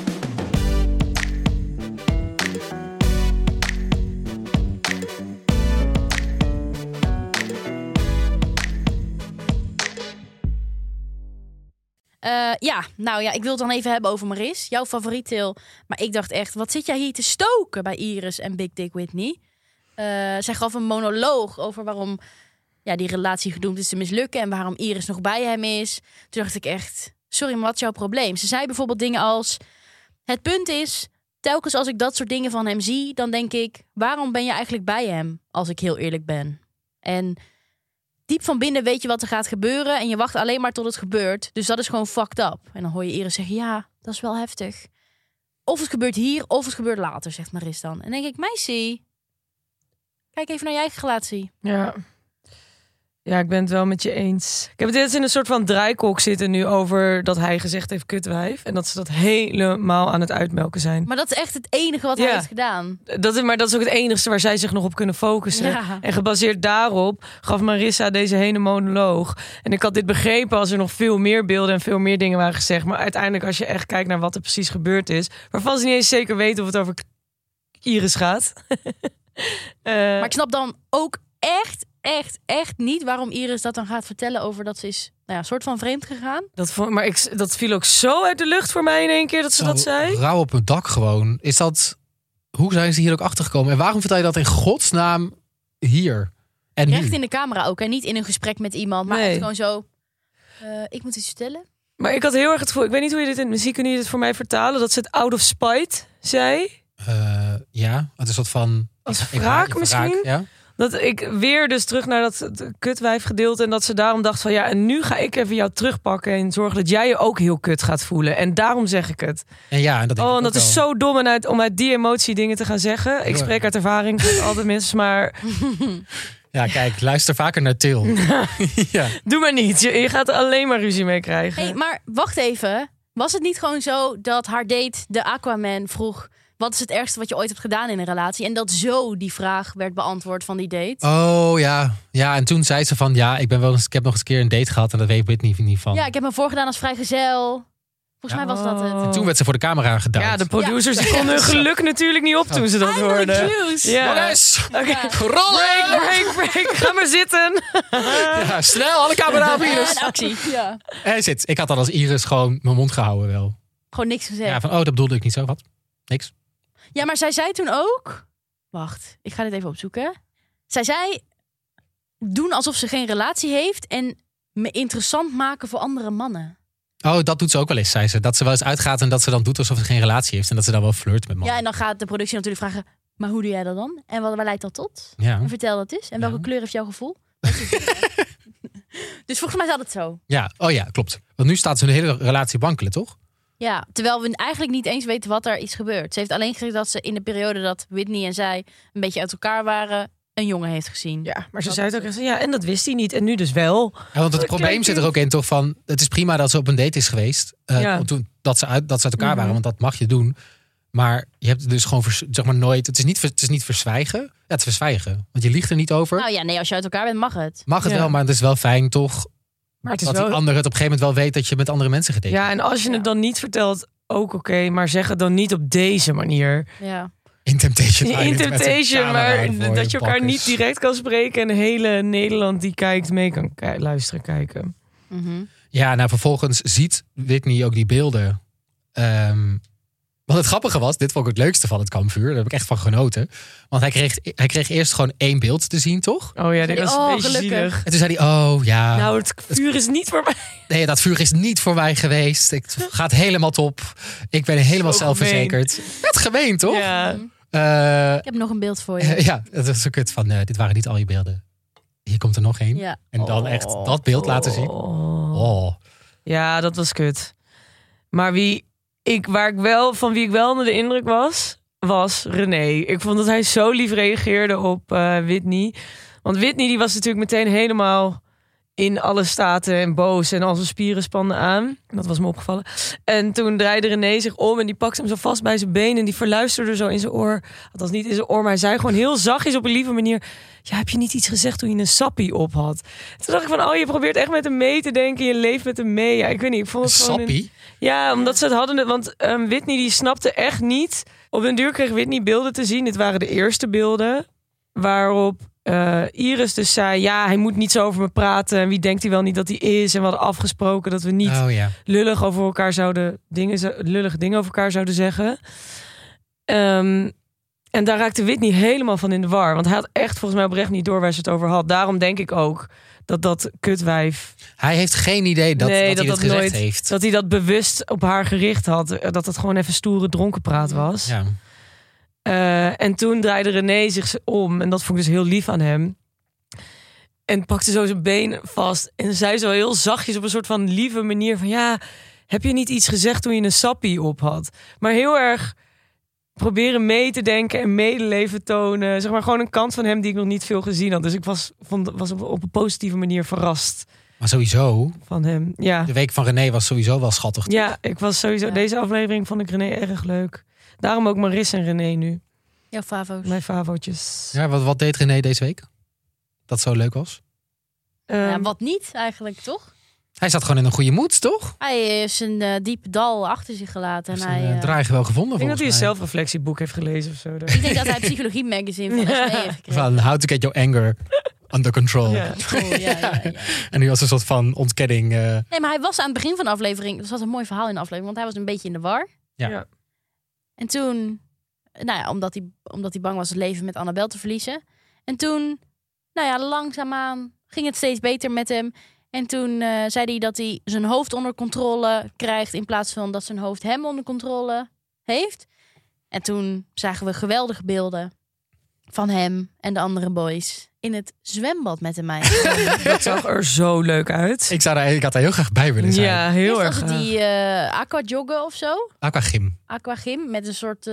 Speaker 3: Ik wil het dan even hebben over Maris. Jouw favoriet, Til. Maar ik dacht echt, wat zit jij hier te stoken bij Iris en Big Dick Whitney? Zij gaf een monoloog over waarom die relatie gedoemd is te mislukken en waarom Iris nog bij hem is. Toen dacht ik echt, sorry, maar wat is jouw probleem? Ze zei bijvoorbeeld dingen als, het punt is, telkens als ik dat soort dingen van hem zie, dan denk ik, waarom ben je eigenlijk bij hem, als ik heel eerlijk ben? En diep van binnen weet je wat er gaat gebeuren en je wacht alleen maar tot het gebeurt. Dus dat is gewoon fucked up. En dan hoor je Iris zeggen, ja, dat is wel heftig. Of het gebeurt hier, of het gebeurt later, zegt Maris dan. En dan denk ik, meisje, kijk even naar je eigen relatie.
Speaker 1: Ja, ik ben het wel met je eens. Ik heb het eens in een soort van draaikolk zitten nu over dat hij gezegd heeft kutwijf. En dat ze dat helemaal aan het uitmelken zijn.
Speaker 3: Maar dat is echt het enige wat hij heeft gedaan.
Speaker 1: Maar dat is ook het enigste waar zij zich nog op kunnen focussen.
Speaker 3: Ja.
Speaker 1: En gebaseerd daarop gaf Marissa deze hele monoloog. En ik had dit begrepen als er nog veel meer beelden en veel meer dingen waren gezegd. Maar uiteindelijk als je echt kijkt naar wat er precies gebeurd is, waarvan ze niet eens zeker weten of het over Iris gaat.
Speaker 3: Maar ik snap dan ook echt niet waarom Iris dat dan gaat vertellen over dat ze is een soort van vreemd gegaan.
Speaker 1: Dat viel ook zo uit de lucht voor mij in één keer dat ze dat zei.
Speaker 2: Rauw op het dak gewoon. Is dat... Hoe zijn ze hier ook achter gekomen? En waarom vertel je dat in godsnaam hier? En
Speaker 3: Recht
Speaker 2: nu?
Speaker 3: in de camera ook. En niet in een gesprek met iemand. Maar echt gewoon zo. Ik moet iets vertellen.
Speaker 1: Maar ik had heel erg het gevoel, ik weet niet hoe je dit in muziek, kun je dit voor mij vertalen, dat ze het out of spite zei.
Speaker 2: Ja, het is een soort van...
Speaker 1: Als wraak misschien?
Speaker 2: Ja.
Speaker 1: Dat ik weer dus terug naar dat kutwijf gedeelte en dat ze daarom dacht van ja, en nu ga ik even jou terugpakken en zorgen dat jij je ook heel kut gaat voelen. En daarom zeg ik het.
Speaker 2: En ja, en dat denk ik
Speaker 1: en
Speaker 2: ook
Speaker 1: dat is
Speaker 2: wel.
Speaker 1: zo dom om uit die emotie dingen te gaan zeggen. Ik spreek uit ervaring, ik ben altijd mis, maar...
Speaker 2: Ja, kijk, luister vaker naar Til. Ja.
Speaker 1: Doe maar niet, je gaat er alleen maar ruzie mee krijgen.
Speaker 3: Hey, maar wacht even. Was het niet gewoon zo dat haar date de Aquaman vroeg, wat is het ergste wat je ooit hebt gedaan in een relatie? En dat zo die vraag werd beantwoord van die date.
Speaker 2: Oh ja. Ja, en toen zei ze van ja, ik heb nog eens een keer een date gehad en dat weet Whitney niet van.
Speaker 3: Ja, ik heb me voorgedaan als vrijgezel. Volgens mij was dat het.
Speaker 2: En toen werd ze voor de camera geduwd.
Speaker 1: Ja, de producers die konden hun geluk natuurlijk niet op toen ze dat hoorden. Ja.
Speaker 2: Jongens,
Speaker 1: Oké.
Speaker 2: rollen!
Speaker 1: Break. Ga maar zitten.
Speaker 2: Ja, snel, alle camera op Iris.
Speaker 3: En actie. Ja.
Speaker 2: En zit. Ik had dan als Iris gewoon mijn mond gehouden wel.
Speaker 3: Gewoon niks gezegd.
Speaker 2: Ja, van dat bedoelde ik niet zo. Wat? Niks.
Speaker 3: Ja, maar zij zei toen ook... Wacht, ik ga dit even opzoeken. Zij zei, doen alsof ze geen relatie heeft en me interessant maken voor andere mannen.
Speaker 2: Oh, dat doet ze ook wel eens, zei ze. Dat ze wel eens uitgaat en dat ze dan doet alsof ze geen relatie heeft. En dat ze dan wel flirt met mannen.
Speaker 3: Ja, en dan gaat de productie natuurlijk vragen, maar hoe doe jij dat dan? En waar leidt dat tot?
Speaker 2: Ja.
Speaker 3: En vertel dat eens. En welke kleur heeft jouw gevoel? Dus volgens mij zat het zo.
Speaker 2: Ja, oh ja, klopt. Want nu staat ze hun hele relatie wankelen, toch?
Speaker 3: Ja, terwijl we eigenlijk niet eens weten wat er is gebeurd. Ze heeft alleen gezegd dat ze in de periode dat Whitney en zij een beetje uit elkaar waren, een jongen heeft gezien.
Speaker 1: Ja, maar ze zei het ook echt. Ja, en dat wist hij niet. En nu dus wel.
Speaker 2: Ja, want het probleem zit er ook in toch van... Het is prima dat ze op een date is geweest. Dat ze uit elkaar waren, want dat mag je doen. Maar je hebt dus gewoon zeg maar nooit... Het is niet verzwijgen. Ja, het is verzwijgen. Want je liegt er niet over.
Speaker 3: Nou ja, nee, als je uit elkaar bent, mag het.
Speaker 2: Mag het wel, maar het is wel fijn toch...
Speaker 1: Maar het is
Speaker 2: dat
Speaker 1: wel...
Speaker 2: die ander het op een gegeven moment wel weet dat je met andere mensen gedate hebt.
Speaker 1: Ja, en als je het dan niet vertelt, ook oké. Maar zeg het dan niet op deze manier.
Speaker 3: Ja.
Speaker 2: In Temptation Island.
Speaker 1: In Temptation, maar
Speaker 2: voor
Speaker 1: dat je elkaar
Speaker 2: bakkes.
Speaker 1: niet direct kan spreken. En hele Nederland die kijkt mee kan luisteren, kijken.
Speaker 3: Mhm.
Speaker 2: Ja, nou vervolgens ziet Whitney ook die beelden. Wat het grappige was, dit vond ik het leukste van het kampvuur. Daar heb ik echt van genoten. Want hij kreeg eerst gewoon 1 beeld te zien, toch?
Speaker 1: Oh ja, dit was een beetje
Speaker 3: gelukkig.
Speaker 1: zielig.
Speaker 2: En toen zei hij, oh ja.
Speaker 1: Nou, het vuur is niet voor mij.
Speaker 2: Nee, dat vuur is niet voor mij geweest. Het gaat helemaal top. Ik ben helemaal
Speaker 1: Zo
Speaker 2: zelfverzekerd. Net gemeen, toch?
Speaker 1: Ja.
Speaker 3: Ik heb nog een beeld voor je.
Speaker 2: Ja, dat is ook het van, dit waren niet al je beelden. Hier komt er nog 1.
Speaker 3: Ja.
Speaker 2: En dan echt dat beeld laten zien. Oh.
Speaker 1: Ja, dat was kut. Maar van wie ik wel onder de indruk was René. Ik vond dat hij zo lief reageerde op Whitney. Want Whitney die was natuurlijk meteen helemaal in alle staten en boos en al zijn spieren spannen aan. Dat was me opgevallen. En toen draaide René zich om en die pakte hem zo vast bij zijn been en die verluisterde zo in zijn oor. Althans niet in zijn oor, maar hij zei gewoon heel zachtjes op een lieve manier: ja, heb je niet iets gezegd toen je een sappie op had? Toen dacht ik van, je probeert echt met hem mee te denken. Je leeft met hem mee. Ja, ik weet niet, ik vond het gewoon...
Speaker 2: Sappie?
Speaker 1: Ja, omdat ze het hadden... Want Whitney die snapte echt niet... Op den duur kreeg Whitney beelden te zien. Dit waren de eerste beelden. Waarop Iris dus zei... Ja, hij moet niet zo over me praten. En wie denkt hij wel niet dat hij is? En we hadden afgesproken dat we niet lullig over elkaar lullige dingen over elkaar zouden zeggen. En daar raakte Whitney helemaal van in de war. Want hij had echt volgens mij oprecht niet door waar ze het over had. Daarom denk ik ook dat kutwijf...
Speaker 2: Hij heeft geen idee dat hij dat gezegd
Speaker 1: nooit
Speaker 2: heeft.
Speaker 1: Dat hij dat bewust op haar gericht had. Dat het gewoon even stoere dronkenpraat was.
Speaker 2: Ja.
Speaker 1: En toen draaide René zich om. En dat vond ik dus heel lief aan hem. En pakte zo zijn been vast. En zei zo heel zachtjes op een soort van lieve manier van... Ja, heb je niet iets gezegd toen je een sappie op had? Maar heel erg... proberen mee te denken en medeleven tonen. Zeg maar gewoon een kant van hem die ik nog niet veel gezien had. Dus ik was op een positieve manier verrast.
Speaker 2: Maar sowieso,
Speaker 1: van hem. Ja.
Speaker 2: De week van René was sowieso wel schattig.
Speaker 1: Ja, ik was sowieso... Ja. Deze aflevering vond ik René erg leuk. Daarom ook Maris en René nu.
Speaker 3: Jouw favo's.
Speaker 1: Mijn favootjes.
Speaker 2: Ja, wat deed René deze week? Dat zo leuk was?
Speaker 3: Wat niet eigenlijk, toch?
Speaker 2: Hij zat gewoon in een goede moed, toch?
Speaker 3: Hij heeft zijn diepe dal achter zich gelaten. En hij
Speaker 2: draai wel gevonden.
Speaker 1: Ik denk dat hij een zelfreflectieboek heeft gelezen of zo.
Speaker 3: Ik denk dat hij Psychologie Magazine van SME heeft gekregen.
Speaker 2: Van How to Get Your Anger Under Control.
Speaker 1: Ja.
Speaker 3: Ja.
Speaker 2: En nu was een soort van ontkenning.
Speaker 3: Nee, maar hij was aan het begin van de aflevering... Er was een mooi verhaal in de aflevering, want hij was een beetje in de war.
Speaker 2: Ja.
Speaker 3: En toen... omdat hij bang was het leven met Annabel te verliezen. En toen, langzaamaan ging het steeds beter met hem... En toen zei hij dat hij zijn hoofd onder controle krijgt... in plaats van dat zijn hoofd hem onder controle heeft. En toen zagen we geweldige beelden van hem en de andere boys... in het zwembad met de meiden.
Speaker 1: Dat zag er zo leuk uit.
Speaker 2: Ik had daar heel graag bij willen zijn.
Speaker 1: Ja, heel erg.
Speaker 3: Was het die aquajoggen of zo?
Speaker 2: Aquagym.
Speaker 3: Met een soort...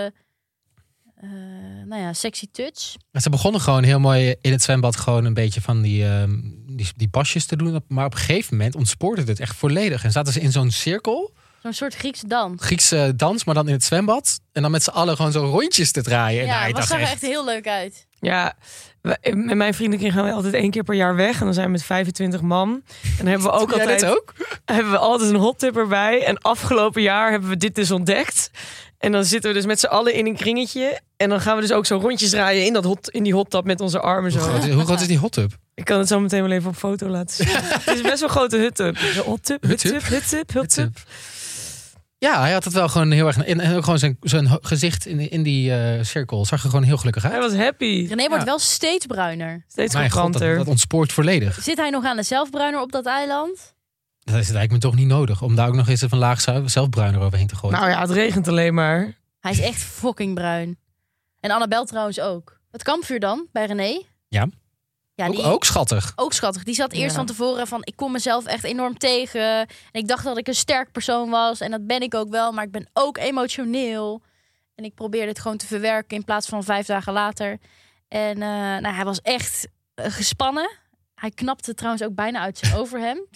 Speaker 3: sexy touch.
Speaker 2: Ze begonnen gewoon heel mooi in het zwembad gewoon een beetje van die pasjes te doen. Maar op een gegeven moment ontspoorde het echt volledig. En zaten ze in zo'n cirkel.
Speaker 3: Zo'n soort Griekse dans.
Speaker 2: Griekse dans, maar dan in het zwembad. En dan met z'n allen gewoon zo rondjes te draaien.
Speaker 3: Ja,
Speaker 2: en
Speaker 3: dat zag er echt heel leuk uit.
Speaker 1: Ja, met mijn vrienden gaan we altijd 1 keer per jaar weg. En dan zijn we met 25 man. En dan hebben we ook hebben we altijd een hot tub erbij. En afgelopen jaar hebben we dit dus ontdekt. En dan zitten we dus met z'n allen in een kringetje. En dan gaan we dus ook zo rondjes draaien in die hot tub met onze armen zo.
Speaker 2: Hoe groot is die hot tub?
Speaker 1: Ik kan het zo meteen wel even op foto laten zien. Het is best wel een grote hut tub. Hot tub.
Speaker 2: Ja, hij had het wel gewoon heel erg... En ook gewoon zijn gezicht in die cirkel zag er gewoon heel gelukkig uit.
Speaker 1: Hij was happy.
Speaker 3: René wordt wel steeds bruiner.
Speaker 1: Steeds
Speaker 2: gekranter. Dat ontspoort volledig.
Speaker 3: Zit hij nog aan de zelfbruiner op dat eiland?
Speaker 2: Dat is het eigenlijk toch niet nodig. Om daar ook nog eens een laag zelfbruiner overheen te gooien.
Speaker 1: Nou ja, het regent alleen maar.
Speaker 3: Hij is echt fucking bruin. En Annabel trouwens ook. Het kampvuur dan, bij René?
Speaker 2: Ja.
Speaker 3: Ja,
Speaker 2: ook schattig.
Speaker 3: Ook schattig. Die zat eerst van tevoren van... ik kom mezelf echt enorm tegen. En ik dacht dat ik een sterk persoon was. En dat ben ik ook wel. Maar ik ben ook emotioneel. En ik probeerde het gewoon te verwerken... in plaats van 5 dagen later. En hij was echt gespannen. Hij knapte trouwens ook bijna uit zijn overhemd.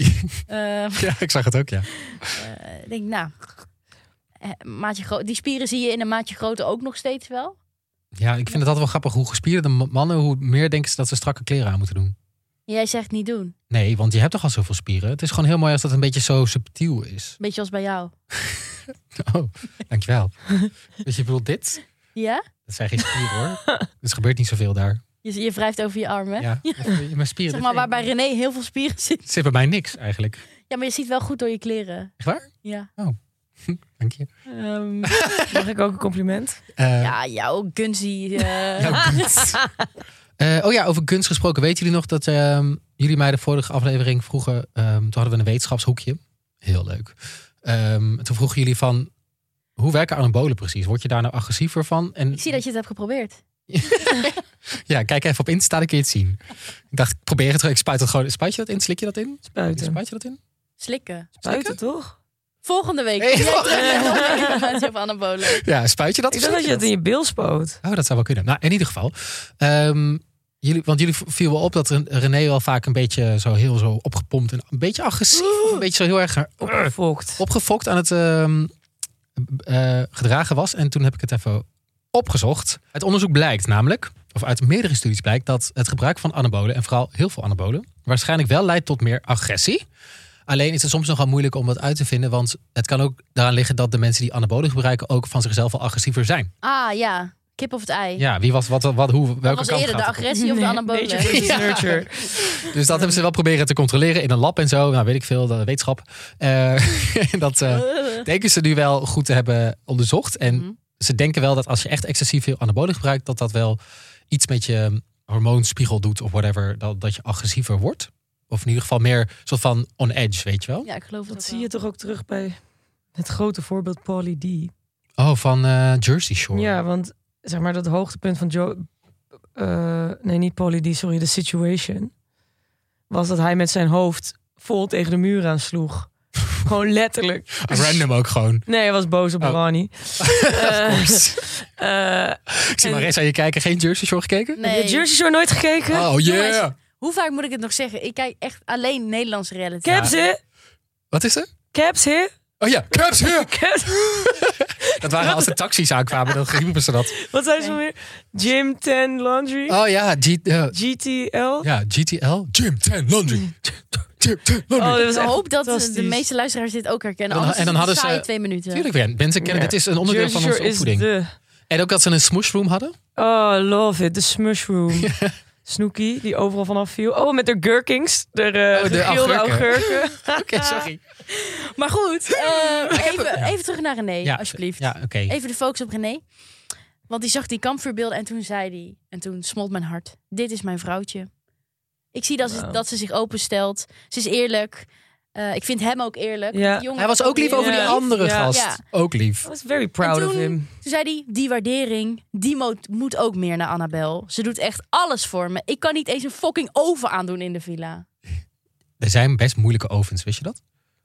Speaker 2: Ja, ik zag het ook, ja.
Speaker 3: Ik denk, maatje groot. Die spieren zie je in een maatje groter ook nog steeds wel.
Speaker 2: Ja, ik vind het altijd wel grappig hoe gespierde mannen... hoe meer denken ze dat ze strakke kleren aan moeten doen.
Speaker 3: Jij zegt niet doen.
Speaker 2: Nee, want je hebt toch al zoveel spieren. Het is gewoon heel mooi als dat een beetje zo subtiel is.
Speaker 3: Beetje als bij jou.
Speaker 2: Oh, dankjewel. Dus je bedoelt dit?
Speaker 3: Ja?
Speaker 2: Dat zijn geen spieren hoor. Dus er gebeurt niet zoveel daar.
Speaker 3: Je wrijft over je armen.
Speaker 2: Ja, mijn spieren.
Speaker 3: Zeg maar waar bij René heel veel spieren zitten.
Speaker 2: Zit bij mij niks eigenlijk.
Speaker 3: Ja, maar je ziet wel goed door je kleren.
Speaker 2: Echt waar?
Speaker 3: Ja.
Speaker 2: Oh, dank je.
Speaker 1: Mag ik ook een compliment?
Speaker 3: Ja, jouw Gunzie.
Speaker 2: Jouw Guns. Over Guns gesproken. Weten jullie nog dat jullie mij de vorige aflevering vroegen... toen hadden we een wetenschapshoekje. Heel leuk. Toen vroegen jullie van... hoe werken anabolen precies? Word je daar nou agressiever van? En...
Speaker 3: Ik zie dat je het hebt geprobeerd.
Speaker 2: Ja, kijk even op Insta, dan kun je het zien. Ik dacht, ik probeer het. Ik spuit het gewoon. Spuit je dat in? Slik je dat in?
Speaker 1: Spuiten.
Speaker 2: Spuit je dat in?
Speaker 3: Slikken.
Speaker 1: Spuiten toch?
Speaker 3: Volgende week. Op anabolen.
Speaker 2: Ja, spuit je dat?
Speaker 1: Ik dacht dat je het in je bil spoot.
Speaker 2: Oh, dat zou wel kunnen. Nou, in ieder geval. jullie viel wel op dat René wel vaak een beetje zo heel zo opgepompt en een beetje agressief. Of een beetje zo heel erg opgefokt aan het gedragen was. En toen heb ik het even opgezocht. Het onderzoek blijkt namelijk, of uit meerdere studies blijkt, dat het gebruik van anabolen, en vooral heel veel anabolen, waarschijnlijk wel leidt tot meer agressie. Alleen is het soms nogal moeilijk om dat uit te vinden, want het kan ook daaraan liggen dat de mensen die anabolen gebruiken ook van zichzelf al agressiever zijn.
Speaker 3: Ah ja, kip of het ei.
Speaker 2: Ja, wie was welke
Speaker 3: Wat was
Speaker 2: kant
Speaker 3: eerder,
Speaker 2: gaat
Speaker 3: de
Speaker 2: het?
Speaker 3: agressie of de anabolen?
Speaker 1: Nature versus nurture.
Speaker 2: Dus dat hebben ze wel proberen te controleren in een lab en zo. Nou, weet ik veel, de wetenschap. Dat denken ze nu wel goed te hebben onderzocht. En ze denken wel dat als je echt excessief veel anabolen gebruikt, dat dat wel iets met je hormoonspiegel doet of whatever. Dat je agressiever wordt. Of in ieder geval meer soort van on edge, weet je wel.
Speaker 3: Ja, ik geloof
Speaker 1: Dat
Speaker 3: het
Speaker 1: zie je toch ook terug bij het grote voorbeeld Pauly D.
Speaker 2: Oh, van Jersey Shore.
Speaker 1: Ja, want zeg maar dat hoogtepunt van nee, niet Pauly D, sorry, The Situation. Was dat hij met zijn hoofd vol tegen de muur aansloeg. Gewoon letterlijk.
Speaker 2: Random ook gewoon.
Speaker 1: Nee, hij was boos op Ronnie.
Speaker 2: Ik zie Marissa aan je kijken. Geen Jersey Shore gekeken?
Speaker 3: Nee.
Speaker 1: Heb je Jersey Shore nooit gekeken?
Speaker 2: Oh yeah.
Speaker 3: Jongens, hoe vaak moet ik het nog zeggen? Ik kijk echt alleen Nederlandse reality.
Speaker 1: Caps here.
Speaker 2: Wat is er?
Speaker 1: Caps here.
Speaker 2: Oh ja, Caps here.
Speaker 1: Caps.
Speaker 2: Dat waren als de taxis aankwamen, dan riepen ze dat.
Speaker 1: Wat zijn ze nog meer? Gym 10 Laundry.
Speaker 2: Oh ja,
Speaker 1: GTL.
Speaker 2: ja, GTL. Gym 10 Laundry. Gym 10 Laundry.
Speaker 1: Oh, dat was
Speaker 3: Ik
Speaker 1: echt
Speaker 3: hoop dat de
Speaker 1: fantastisch.
Speaker 3: meeste luisteraars dit ook herkennen.
Speaker 2: En dan-
Speaker 3: Anders
Speaker 2: en dan
Speaker 3: is
Speaker 2: hadden
Speaker 3: het
Speaker 2: ze-
Speaker 3: saai 2 minuten.
Speaker 2: Tuurlijk, mensen kennen
Speaker 1: Ja.
Speaker 2: dit is een onderdeel
Speaker 1: Jersey
Speaker 2: van onze
Speaker 1: Shore is
Speaker 2: opvoeding. En ook dat ze een smooshroom hadden.
Speaker 1: Oh, love it. De Smushroom. Snooki, die overal vanaf viel. Oh, met de gurkings. De gegrilde augurken.
Speaker 2: Oké, sorry.
Speaker 3: Maar goed, even terug naar René,
Speaker 2: Ja,
Speaker 3: alsjeblieft.
Speaker 2: Ja, oké.
Speaker 3: Even de focus op René. Want die zag die kampvuurbeelden en toen zei hij... En toen smolt mijn hart. Dit is mijn vrouwtje. Ik zie dat ze zich openstelt. Ze is eerlijk. Ik vind hem ook eerlijk.
Speaker 1: Ja.
Speaker 3: Die jongen
Speaker 2: Hij was ook lief over die
Speaker 1: Ja.
Speaker 2: andere
Speaker 1: Ja.
Speaker 2: gast.
Speaker 3: Ja.
Speaker 2: Ook lief.
Speaker 1: I was very proud
Speaker 3: En
Speaker 1: of him.
Speaker 3: Toen zei hij, die waardering, die moet ook meer naar Annabel. Ze doet echt alles voor me. Ik kan niet eens een fucking oven aandoen in de villa.
Speaker 2: Er zijn best moeilijke ovens, wist je dat?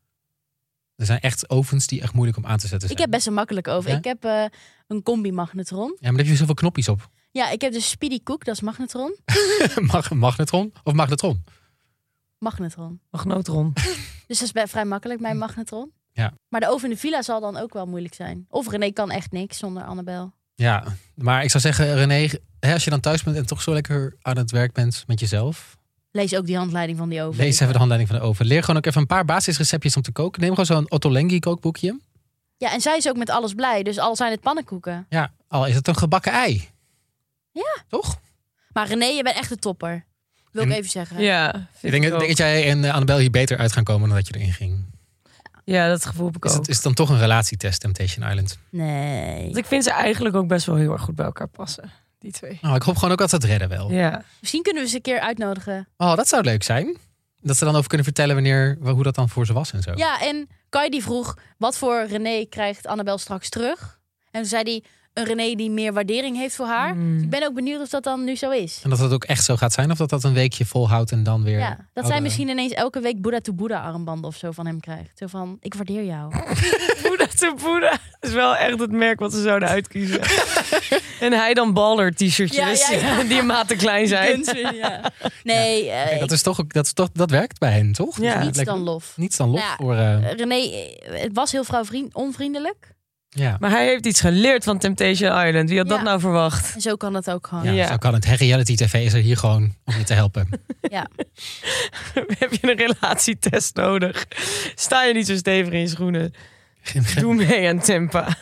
Speaker 2: Er zijn echt ovens die echt moeilijk om aan te zetten zijn.
Speaker 3: Ik heb best een makkelijk oven.
Speaker 2: Ja?
Speaker 3: Ik heb een combi-magnetron.
Speaker 2: Ja, maar daar heb je zoveel knopjes op.
Speaker 3: Ja, ik heb de Speedy Cook, dat is magnetron.
Speaker 2: Magnetron of magnetron?
Speaker 3: Magnetron.
Speaker 1: Magnotron.
Speaker 3: Dus dat is vrij makkelijk, mijn magnetron.
Speaker 2: Ja.
Speaker 3: Maar de oven in de villa zal dan ook wel moeilijk zijn. Of René kan echt niks zonder Annabel.
Speaker 2: Ja, maar ik zou zeggen, René, als je dan thuis bent en toch zo lekker aan het werk bent met jezelf,
Speaker 3: Lees ook die handleiding van die oven.
Speaker 2: lees even de handleiding van de oven. Leer gewoon ook even een paar basisreceptjes om te koken. Neem gewoon zo'n Ottolenghi kookboekje.
Speaker 3: Ja, en zij is ook met alles blij. Dus al zijn het pannenkoeken.
Speaker 2: Ja, al is het een gebakken ei.
Speaker 3: Ja.
Speaker 2: Toch?
Speaker 3: Maar René, je bent echt een topper. Wil ik even zeggen.
Speaker 1: Ja,
Speaker 2: Ik denk dat jij en Annabel hier beter uit gaan komen dan dat je erin ging.
Speaker 1: Ja, dat gevoel heb ik ook.
Speaker 2: Is het dan toch een relatietest, Temptation Island?
Speaker 3: Nee.
Speaker 1: Want ik vind ze eigenlijk ook best wel heel erg goed bij elkaar passen. Die twee.
Speaker 2: Nou, ik hoop gewoon ook dat ze het redden wel.
Speaker 1: Ja.
Speaker 3: Misschien kunnen we ze een keer uitnodigen.
Speaker 2: Oh, dat zou leuk zijn. Dat ze dan over kunnen vertellen hoe dat dan voor ze was en zo.
Speaker 3: Ja, en Kai die vroeg, wat voor René krijgt Annabel straks terug? En toen zei hij, een René die meer waardering heeft voor haar. Dus ik ben ook benieuwd of dat dan nu zo is.
Speaker 2: En dat het ook echt zo gaat zijn? Of dat een weekje volhoudt en dan weer...
Speaker 3: Ja, dat zij misschien ineens elke week Boeddha to Boeddha armbanden of zo van hem krijgt. Zo van, ik waardeer jou.
Speaker 1: Boeddha to Boeddha is wel echt het merk wat ze zouden uitkiezen. En hij dan baller t-shirtjes
Speaker 3: Ja.
Speaker 1: die een maat te klein zijn.
Speaker 3: Kunstwin, ja. Nee,
Speaker 2: dat werkt bij hen, toch?
Speaker 1: Ja.
Speaker 2: Dus
Speaker 3: niets dan lof.
Speaker 2: Niets dan lof
Speaker 3: Nou ja,
Speaker 2: voor...
Speaker 3: René, het was heel onvriendelijk.
Speaker 2: ja.
Speaker 1: Maar hij heeft iets geleerd van Temptation Island. Wie had dat
Speaker 3: Ja.
Speaker 1: nou verwacht?
Speaker 3: En zo kan het ook gewoon.
Speaker 2: Ja,
Speaker 1: Ja.
Speaker 2: zo kan het. Reality TV is er hier gewoon om je te helpen.
Speaker 3: Ja.
Speaker 1: Heb je een relatietest nodig? Sta je niet zo stevig in je schoenen? Doe mee aan Tempa.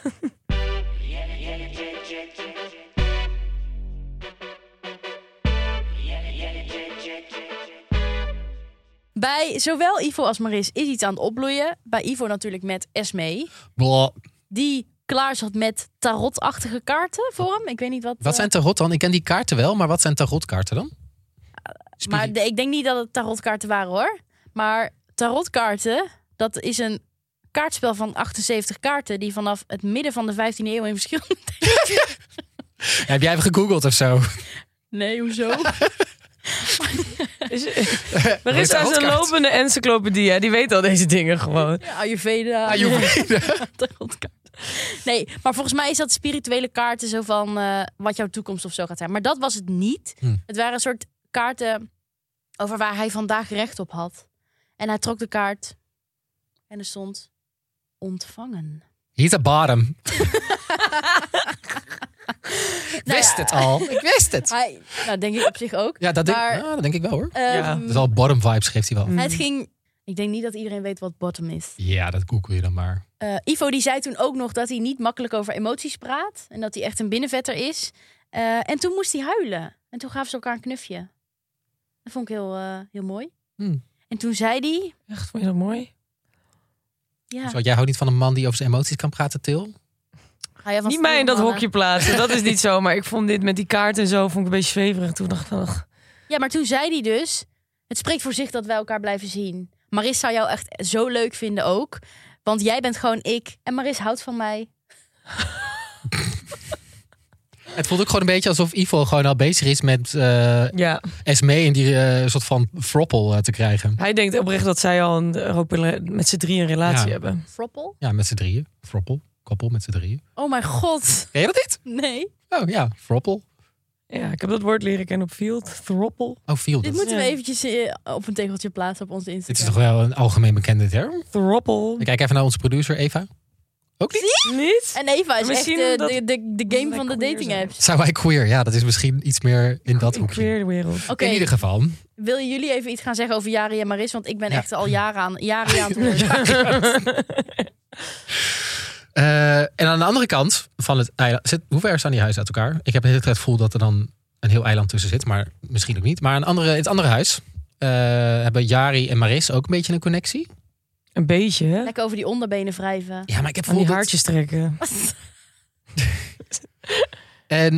Speaker 3: Bij zowel Ivo als Maris is iets aan het opbloeien. Bij Ivo natuurlijk met Esmee.
Speaker 2: Blah.
Speaker 3: Die klaar zat met tarotachtige kaarten voor hem. Ik weet niet wat...
Speaker 2: Wat zijn tarot dan? Ik ken die kaarten wel, maar wat zijn tarotkaarten dan?
Speaker 3: Maar ik denk niet dat het tarotkaarten waren hoor. Maar tarotkaarten, dat is een kaartspel van 78 kaarten... die vanaf het midden van de 15e eeuw in verschillende...
Speaker 2: Heb jij even gegoogeld of zo?
Speaker 3: Nee, hoezo?
Speaker 1: Marissa is een
Speaker 2: tarotkaart?
Speaker 1: lopende encyclopedie. Hè? Die weet al deze dingen gewoon.
Speaker 3: Ja, Ayurveda.
Speaker 2: Ayurveda.
Speaker 3: Tarotkaart. Nee, maar volgens mij is dat spirituele kaarten zo van wat jouw toekomst of zo gaat zijn. Maar dat was het niet. Het waren een soort kaarten over waar hij vandaag recht op had. En hij trok de kaart en er stond ontvangen.
Speaker 2: He's a bottom.
Speaker 3: Nou
Speaker 2: Wist het al. Ik wist het.
Speaker 3: Nou, denk ik op zich ook.
Speaker 2: Ja, dat denk ik wel hoor.
Speaker 1: Ja.
Speaker 2: Dat is al bottom vibes geeft hij wel.
Speaker 3: Het ging... Ik denk niet dat iedereen weet wat bottom is.
Speaker 2: Ja, dat google je dan maar.
Speaker 3: Ivo die zei toen ook nog dat hij niet makkelijk over emoties praat. En dat hij echt een binnenvetter is. En toen moest hij huilen. En toen gaven ze elkaar een knufje. Dat vond ik heel mooi. En toen zei hij...
Speaker 1: Echt, vond je dat mooi?
Speaker 3: Ja.
Speaker 2: Zo, jij houdt niet van een man die over zijn emoties kan praten, Til?
Speaker 1: Niet mij in dat hokje plaatsen, dat is niet zo. Maar ik vond dit met die kaart en zo vond ik een beetje zweverig. Toen dacht ik van...
Speaker 3: Ja, maar toen zei hij dus... Het spreekt voor zich dat wij elkaar blijven zien. Maris zou jou echt zo leuk vinden ook. Want jij bent gewoon ik. En Maris houdt van mij.
Speaker 2: Het voelt ook gewoon een beetje alsof Ivo gewoon al bezig is met Esmee in die soort van froppel te krijgen.
Speaker 1: Hij denkt oprecht dat zij al met z'n drieën een relatie hebben.
Speaker 3: Froppel?
Speaker 2: Ja, met z'n drieën. Froppel. Koppel met z'n drieën.
Speaker 3: Oh mijn god.
Speaker 2: Ken je dat niet?
Speaker 3: Nee.
Speaker 2: Oh ja, froppel.
Speaker 1: Ja, ik heb dat woord leren kennen op Field. Throppel.
Speaker 2: Oh, Field.
Speaker 3: Dit moeten we eventjes op een tegeltje plaatsen op onze Instagram.
Speaker 2: Dit is toch wel een algemeen bekende term?
Speaker 1: Throppel.
Speaker 2: Ik kijk even naar onze producer Eva. Ook niet?
Speaker 1: Niet?
Speaker 3: En Eva is echt
Speaker 1: Misschien
Speaker 3: de game van de dating apps.
Speaker 2: Zijn wij queer? Ja, dat is misschien iets meer in dat hoekje.
Speaker 1: Queer de wereld.
Speaker 3: Oké,
Speaker 2: In ieder geval.
Speaker 3: wil jullie even iets gaan zeggen over Jari en Maris? Want ik ben echt al jaren aan het horen.
Speaker 2: En aan de andere kant van het eiland... Hoe ver staan die huizen uit elkaar? Ik heb de hele tijd het gevoel dat er dan een heel eiland tussen zit. Maar misschien ook niet. Maar in het andere huis hebben Jari en Maris ook een beetje een connectie.
Speaker 1: Een beetje, hè?
Speaker 3: Lekker over die onderbenen wrijven.
Speaker 2: Ja, maar ik heb
Speaker 1: Aan die
Speaker 2: gevoel
Speaker 1: haartjes trekken.
Speaker 2: En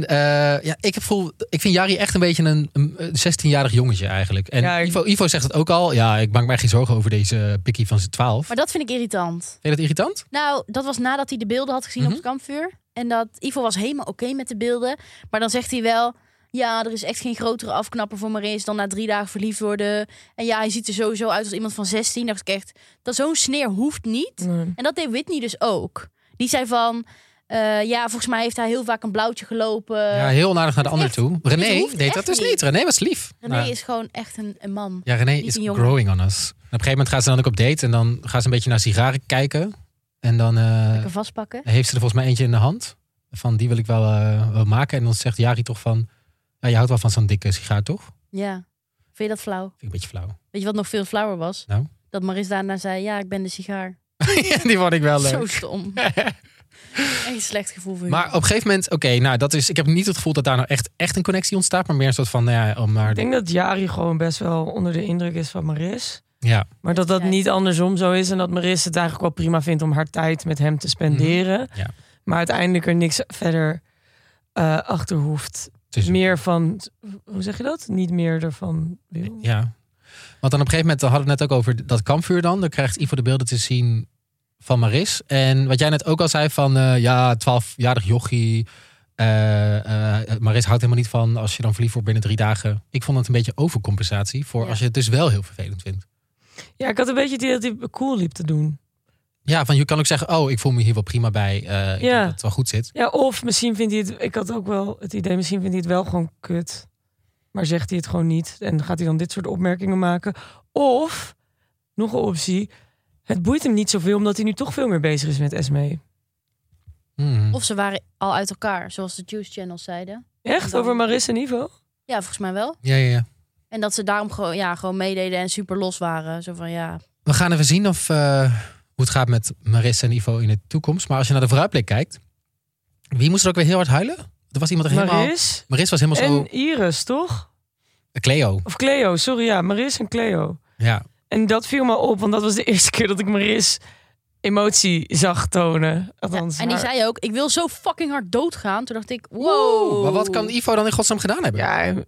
Speaker 2: ik vind Jari echt een beetje een 16-jarig jongetje eigenlijk. En
Speaker 1: Ja,
Speaker 2: Ivo zegt het ook al. Ja, ik maak mij geen zorgen over deze pikkie van zijn 12.
Speaker 3: Maar dat vind ik irritant.
Speaker 2: Vind je dat irritant?
Speaker 3: Nou, dat was nadat hij de beelden had gezien op het kampvuur. En dat Ivo was helemaal oké met de beelden. Maar dan zegt hij wel... Ja, er is echt geen grotere afknapper voor Maris dan na 3 dagen verliefd worden. En ja, hij ziet er sowieso uit als iemand van 16. Dacht ik echt, dat zo'n sneer hoeft niet.
Speaker 1: Nee.
Speaker 3: En dat deed Whitney dus ook. Die zei van... volgens mij heeft hij heel vaak een blauwtje gelopen.
Speaker 2: Ja, heel onaardig naar de ander toe. René
Speaker 3: hoeft
Speaker 2: deed
Speaker 3: echt
Speaker 2: dat dus
Speaker 3: niet.
Speaker 2: niet. René was lief.
Speaker 3: René
Speaker 2: Nou,
Speaker 3: is gewoon echt een man.
Speaker 2: ja, René
Speaker 3: niet
Speaker 2: is
Speaker 3: een jongen.
Speaker 2: growing on us. En op een gegeven moment gaat ze dan ook op date. En dan gaat ze een beetje naar sigaren kijken. En dan
Speaker 3: Lekker vastpakken.
Speaker 2: heeft ze er volgens mij eentje in de hand. Van die wil ik wel maken. En dan zegt Jari toch van... Ja, je houdt wel van zo'n dikke sigaar, toch?
Speaker 3: Ja. Vind je dat flauw?
Speaker 2: Vind ik een beetje flauw.
Speaker 3: Weet je wat nog veel flauwer was?
Speaker 2: Nou?
Speaker 3: Dat Maris daarna zei, ja, ik ben de sigaar.
Speaker 2: Ja, die vond ik wel leuk.
Speaker 3: Zo stom. Echt een slecht gevoel voor je.
Speaker 2: Maar op een gegeven moment, ik heb niet het gevoel dat daar nou echt een connectie ontstaat. Maar meer een soort van, om maar...
Speaker 1: Ik denk dat Jari gewoon best wel onder de indruk is van Maris.
Speaker 2: Ja.
Speaker 1: Maar dat
Speaker 3: Ja.
Speaker 1: niet andersom zo is. En dat Maris het eigenlijk wel prima vindt om haar tijd met hem te spenderen.
Speaker 2: Ja.
Speaker 1: Maar uiteindelijk er niks verder achter hoeft.
Speaker 2: Het is-
Speaker 1: Meer van, hoe zeg je dat? Niet meer ervan wil.
Speaker 2: Ja. Want dan op een gegeven moment hadden we het net ook over dat kampvuur dan. Dan krijgt Ivo de beelden te zien van Maris. En wat jij net ook al zei van, 12-jarig jochie. Maris houdt helemaal niet van als je dan verliefd wordt binnen 3 dagen. Ik vond het een beetje overcompensatie voor als je het dus wel heel vervelend vindt.
Speaker 1: Ja, ik had een beetje het idee dat hij cool liep te doen.
Speaker 2: Ja, van je kan ook zeggen, ik voel me hier wel prima bij. Ik denk dat het wel goed zit.
Speaker 1: Ja, of misschien vindt hij het... Ik had ook wel het idee, misschien vindt hij het wel gewoon kut. Maar zegt hij het gewoon niet. En gaat hij dan dit soort opmerkingen maken. Of, nog een optie... Het boeit hem niet zoveel, omdat hij nu toch veel meer bezig is met Esmee.
Speaker 3: Of ze waren al uit elkaar, zoals de Juice Channels zeiden.
Speaker 1: Echt? Over Maris en Ivo?
Speaker 3: Ja, volgens mij wel.
Speaker 2: Ja.
Speaker 3: En dat ze daarom gewoon meededen en super los waren. Zo van, ja...
Speaker 2: We gaan even zien of... hoe het gaat met Maris en Ivo in de toekomst. Maar als je naar de vooruitblik kijkt... Wie moest er ook weer heel hard huilen? Er was iemand er helemaal... Maris was helemaal zo...
Speaker 1: En Iris, toch?
Speaker 2: Cleo.
Speaker 1: Of Cleo, sorry, ja. Maris en Cleo.
Speaker 2: Ja.
Speaker 1: En dat viel me op, want dat was de eerste keer dat ik Maris emotie zag tonen. Althans,
Speaker 3: en die
Speaker 1: haar-
Speaker 3: zei ook, ik wil zo fucking hard doodgaan. Toen dacht ik, wow.
Speaker 2: Maar wat kan Ivo dan in godsnaam gedaan hebben?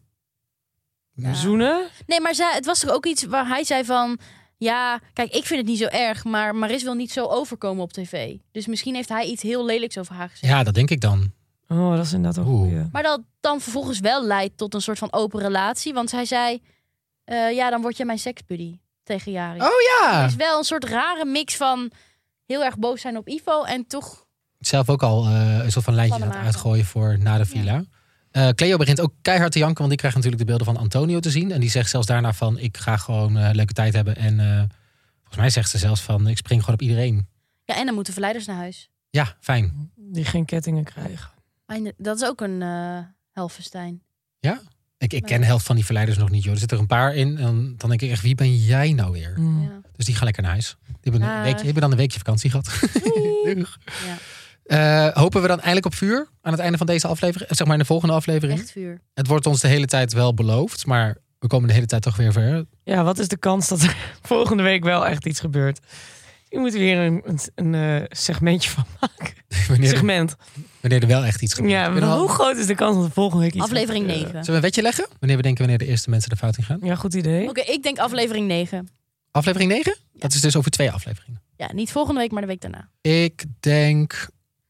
Speaker 1: Ja, zoenen.
Speaker 3: Nee, maar het was toch ook iets waar hij zei van... Ja, kijk, ik vind het niet zo erg, maar Maris wil niet zo overkomen op tv. Dus misschien heeft hij iets heel lelijks over haar gezegd.
Speaker 2: Ja, dat denk ik dan.
Speaker 1: Oh, dat is inderdaad wel goed.
Speaker 3: Maar dat dan vervolgens wel leidt tot een soort van open relatie. Want hij zei, dan word je mijn seksbuddy tegen Jari.
Speaker 2: Oh ja!
Speaker 3: Het is wel een soort rare mix van heel erg boos zijn op Ivo en toch
Speaker 2: zelf ook al een soort van lijntje aan het uitgooien voor na de villa. Cleo begint ook keihard te janken, want die krijgt natuurlijk de beelden van Antonio te zien. En die zegt zelfs daarna van, ik ga gewoon een leuke tijd hebben. En volgens mij zegt ze zelfs van, ik spring gewoon op iedereen.
Speaker 3: Ja, en dan moeten verleiders naar huis.
Speaker 2: Ja, fijn.
Speaker 1: Die geen kettingen krijgen.
Speaker 3: Dat is ook een helfenstein.
Speaker 2: Ja? Ik ken de helft van die verleiders nog niet, joh. Er zitten er een paar in en dan denk ik echt, wie ben jij nou weer?
Speaker 3: Ja.
Speaker 2: Dus die gaan lekker naar huis. Die hebben dan een weekje vakantie gehad. Doeg.
Speaker 3: Ja.
Speaker 2: Hopen we dan eindelijk op vuur aan het einde van deze aflevering? Zeg maar in de volgende aflevering?
Speaker 3: Echt vuur.
Speaker 2: Het wordt ons de hele tijd wel beloofd, maar we komen de hele tijd toch weer ver.
Speaker 1: Ja, wat is de kans dat er volgende week wel echt iets gebeurt? Je moet weer een segmentje van maken. Wanneer
Speaker 2: er wel echt iets gebeurt.
Speaker 1: Ja, maar hoe groot is de kans dat er volgende week iets
Speaker 3: Aflevering
Speaker 1: gaat
Speaker 3: 9.
Speaker 2: Zullen we een wetje leggen? Wanneer de eerste mensen de fout in gaan?
Speaker 1: Ja, goed idee.
Speaker 3: Oké, ik denk aflevering 9.
Speaker 2: Aflevering 9?
Speaker 3: Ja.
Speaker 2: Dat is dus over 2 afleveringen.
Speaker 3: Ja, niet volgende week, maar de week daarna.
Speaker 2: Ik denk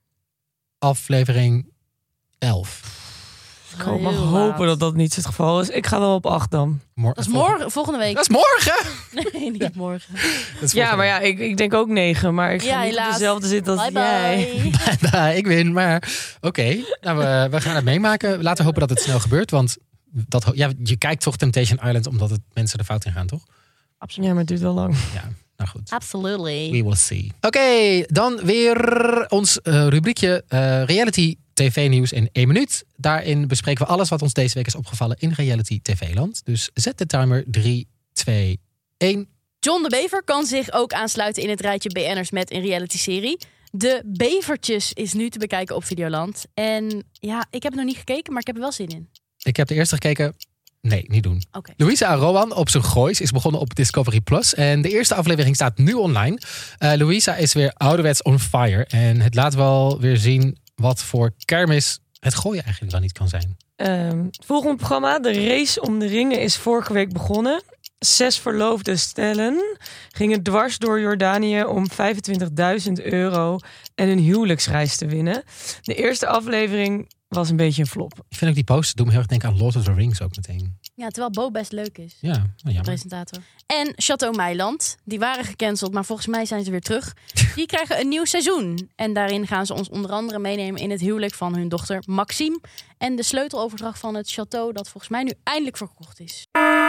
Speaker 2: aflevering 11.
Speaker 1: Ik mag hopen dat dat niet het geval is. Ik ga wel op 8 dan.
Speaker 3: Dat is volgende week.
Speaker 2: Dat is morgen!
Speaker 3: Nee, niet morgen.
Speaker 1: Ja, maar ja, ik denk ook 9. Maar ik ga niet op dezelfde zitten als jij.
Speaker 2: Bye. Ik win, maar oké. Nou, we gaan het meemaken. Laten we hopen dat het snel gebeurt. Want je kijkt toch Temptation Island omdat het mensen de fout in gaan, toch?
Speaker 1: Absoluut. Ja, maar het duurt wel lang.
Speaker 2: Ja, nou goed.
Speaker 3: Absolutely.
Speaker 2: We will see. Oké, dan weer ons rubriekje reality TV-nieuws in 1 minuut. Daarin bespreken we alles wat ons deze week is opgevallen in reality TV-land. Dus zet de timer 3, 2, 1.
Speaker 3: John de Bever kan zich ook aansluiten in het rijtje BN'ers met een reality-serie. De Bevertjes is nu te bekijken op Videoland. En ja, ik heb het nog niet gekeken, maar ik heb er wel zin in.
Speaker 2: Ik heb de eerste gekeken. Nee, niet doen.
Speaker 3: Okay.
Speaker 2: Louisa en Rowan op zijn goois is begonnen op Discovery Plus. En de eerste aflevering staat nu online. Louisa is weer ouderwets on fire. En het laat wel weer zien wat voor kermis het gooien eigenlijk wel niet kan zijn.
Speaker 1: Het volgende programma, de Race om de Ringen, is vorige week begonnen. 6 verloofde stellen gingen dwars door Jordanië om €25.000 en een huwelijksreis te winnen. De eerste aflevering was een beetje een flop.
Speaker 2: Ik vind ook die poster, doe me heel erg denken aan Lord of the Rings ook meteen.
Speaker 3: Ja, terwijl Bo best leuk is.
Speaker 2: Ja, nou jammer.
Speaker 3: Presentator. En Chateau Meiland. Die waren gecanceld, maar volgens mij zijn ze weer terug. Die krijgen een nieuw seizoen. En daarin gaan ze ons onder andere meenemen in het huwelijk van hun dochter Maxime. En de sleuteloverdracht van het château dat volgens mij nu eindelijk verkocht is.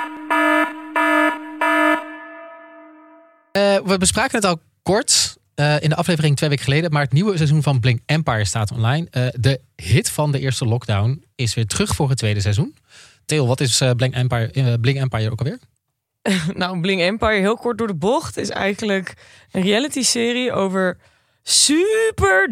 Speaker 2: We bespraken het al kort in de aflevering 2 weken geleden. Maar het nieuwe seizoen van Bling Empire staat online. De hit van de eerste lockdown is weer terug voor het tweede seizoen. Theo, wat is Bling Empire ook alweer?
Speaker 1: Nou, Bling Empire, heel kort door de bocht, is eigenlijk een reality-serie over super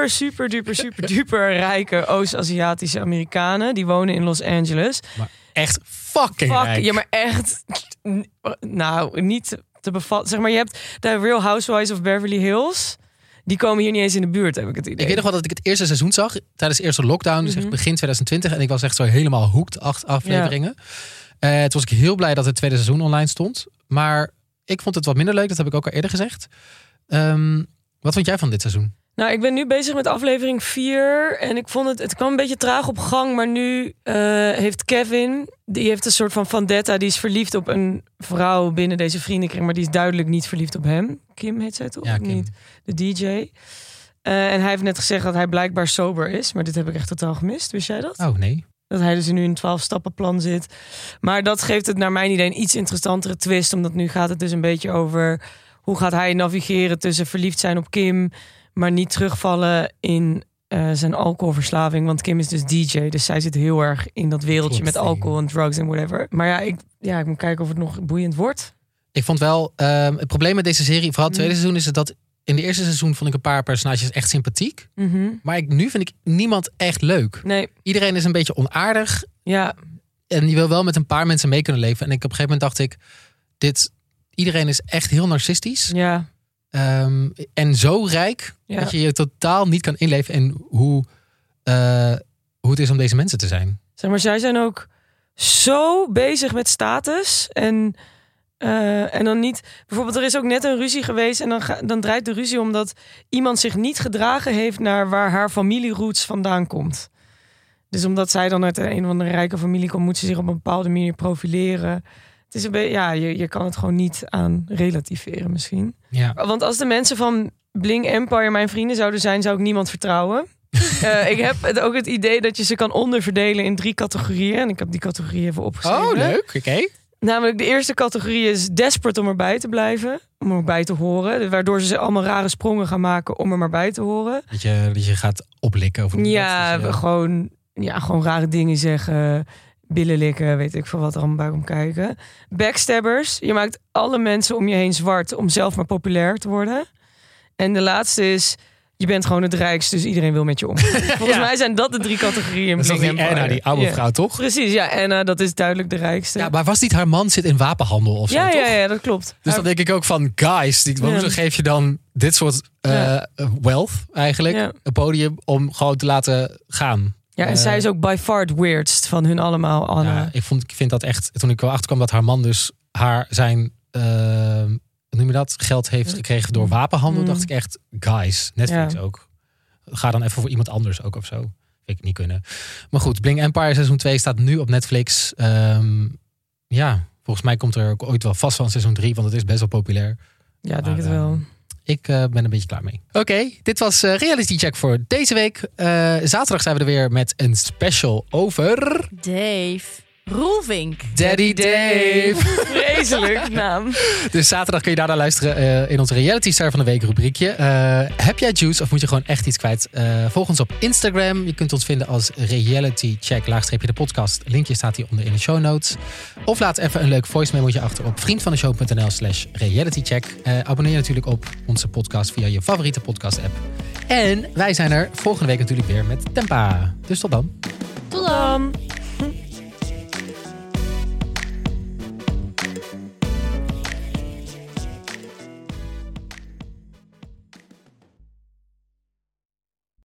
Speaker 1: duper rijke Oost-Aziatische Amerikanen. Die wonen in Los Angeles.
Speaker 2: Maar echt fucking rijk.
Speaker 1: Ja, maar echt, nou, niet te bevatten. Zeg maar, je hebt de Real Housewives of Beverly Hills. Die komen hier niet eens in de buurt, heb ik het idee.
Speaker 2: Ik weet nog wel dat ik het eerste seizoen zag tijdens de eerste lockdown, dus echt begin 2020. En ik was echt zo helemaal hooked, 8 afleveringen. Ja. Toen was ik heel blij dat het tweede seizoen online stond. Maar ik vond het wat minder leuk, dat heb ik ook al eerder gezegd. Wat vond jij van dit seizoen?
Speaker 1: Nou, ik ben nu bezig met aflevering 4. En ik vond het kwam een beetje traag op gang. Maar nu heeft Kevin, die heeft een soort van vendetta. Die is verliefd op een vrouw binnen deze vriendenkring. Maar die is duidelijk niet verliefd op hem. Kim heet zij toch?
Speaker 2: Ja, Kim.
Speaker 1: Niet? De DJ. En hij heeft net gezegd dat hij blijkbaar sober is. Maar dit heb ik echt totaal gemist. Wist jij dat?
Speaker 2: Oh, nee.
Speaker 1: Dat hij dus nu in een 12-stappenplan zit. Maar dat geeft het naar mijn idee een iets interessantere twist. Omdat nu gaat het dus een beetje over hoe gaat hij navigeren tussen verliefd zijn op Kim, maar niet terugvallen in zijn alcoholverslaving. Want Kim is dus DJ. Dus zij zit heel erg in dat wereldje met alcohol en drugs en whatever. Maar ik moet kijken of het nog boeiend wordt.
Speaker 2: Ik vond wel, het probleem met deze serie, vooral het tweede seizoen, is het dat in de eerste seizoen vond ik een paar personages echt sympathiek.
Speaker 1: Mm-hmm.
Speaker 2: Maar nu vind ik niemand echt leuk.
Speaker 1: Nee.
Speaker 2: Iedereen is een beetje onaardig.
Speaker 1: Ja.
Speaker 2: En je wil wel met een paar mensen mee kunnen leven. En op een gegeven moment dacht ik, iedereen is echt heel narcistisch.
Speaker 1: Ja.
Speaker 2: En zo rijk dat je totaal niet kan inleven in hoe het is om deze mensen te zijn.
Speaker 1: Zeg maar, zij zijn ook zo bezig met status en dan niet. Bijvoorbeeld, er is ook net een ruzie geweest en dan draait de ruzie omdat iemand zich niet gedragen heeft naar waar haar familieroots vandaan komt. Dus omdat zij dan uit een of andere rijke familie komt, moet ze zich op een bepaalde manier profileren. Het is een beetje, je kan het gewoon niet aan relativeren misschien.
Speaker 2: Ja.
Speaker 1: Want als de mensen van Bling Empire mijn vrienden zouden zijn, zou ik niemand vertrouwen. Ik heb ook het idee dat je ze kan onderverdelen in 3 categorieën. En ik heb die categorieën even opgeschreven.
Speaker 2: Oh, leuk. Oké.
Speaker 1: Namelijk de eerste categorie is desperate om erbij te blijven. Om erbij te horen. Waardoor ze allemaal rare sprongen gaan maken om er maar bij te horen.
Speaker 2: Dat je gaat oplikken. Of
Speaker 1: Gewoon rare dingen zeggen. Billen likken, weet ik veel wat er allemaal bij komt kijken. Backstabbers. Je maakt alle mensen om je heen zwart om zelf maar populair te worden. En de laatste is... Je bent gewoon het rijkste, dus iedereen wil met je om. Volgens mij zijn dat de 3 categorieën.
Speaker 2: Dat is die Anna, die oude vrouw, toch?
Speaker 1: Precies, ja. Anna, dat is duidelijk de rijkste.
Speaker 2: Ja, maar was niet haar man zit in wapenhandel of zo, toch?
Speaker 1: Ja, dat klopt.
Speaker 2: Dus dan denk ik ook van, guys, hoezo geef je dan dit soort wealth eigenlijk?
Speaker 1: Ja.
Speaker 2: Een podium om gewoon te laten gaan.
Speaker 1: Ja, en zij is ook by far het weirdst van hun allemaal, Anna.
Speaker 2: Ja, ik vind dat echt, toen ik wel achterkwam dat haar man dus zijn... hoe noem je dat? Geld heeft gekregen door wapenhandel. Dacht ik echt, guys, Netflix ook. Ga dan even voor iemand anders ook of zo. Vind ik niet kunnen. Maar goed, Bling Empire seizoen 2 staat nu op Netflix. Volgens mij komt er ook ooit wel vast van seizoen 3, want het is best wel populair.
Speaker 1: Ja, ik denk het wel.
Speaker 2: Ik ben een beetje klaar mee. Oké, dit was Reality Check voor deze week. Zaterdag zijn we er weer met een special over...
Speaker 3: Dave Roelvink.
Speaker 2: Daddy Dave.
Speaker 1: Vreselijk naam.
Speaker 2: Dus zaterdag kun je daar naar luisteren in onze Reality Star van de Week rubriekje. Heb jij juice of moet je gewoon echt iets kwijt? Volg ons op Instagram. Je kunt ons vinden als Reality Check _de podcast. Linkje staat hier onder in de show notes. Of laat even een leuk voice memootje achter op vriendvandeshow.nl/realitycheck. Abonneer je natuurlijk op onze podcast via je favoriete podcast app. En wij zijn er volgende week natuurlijk weer met Tempa. Dus tot dan.
Speaker 3: Tot dan.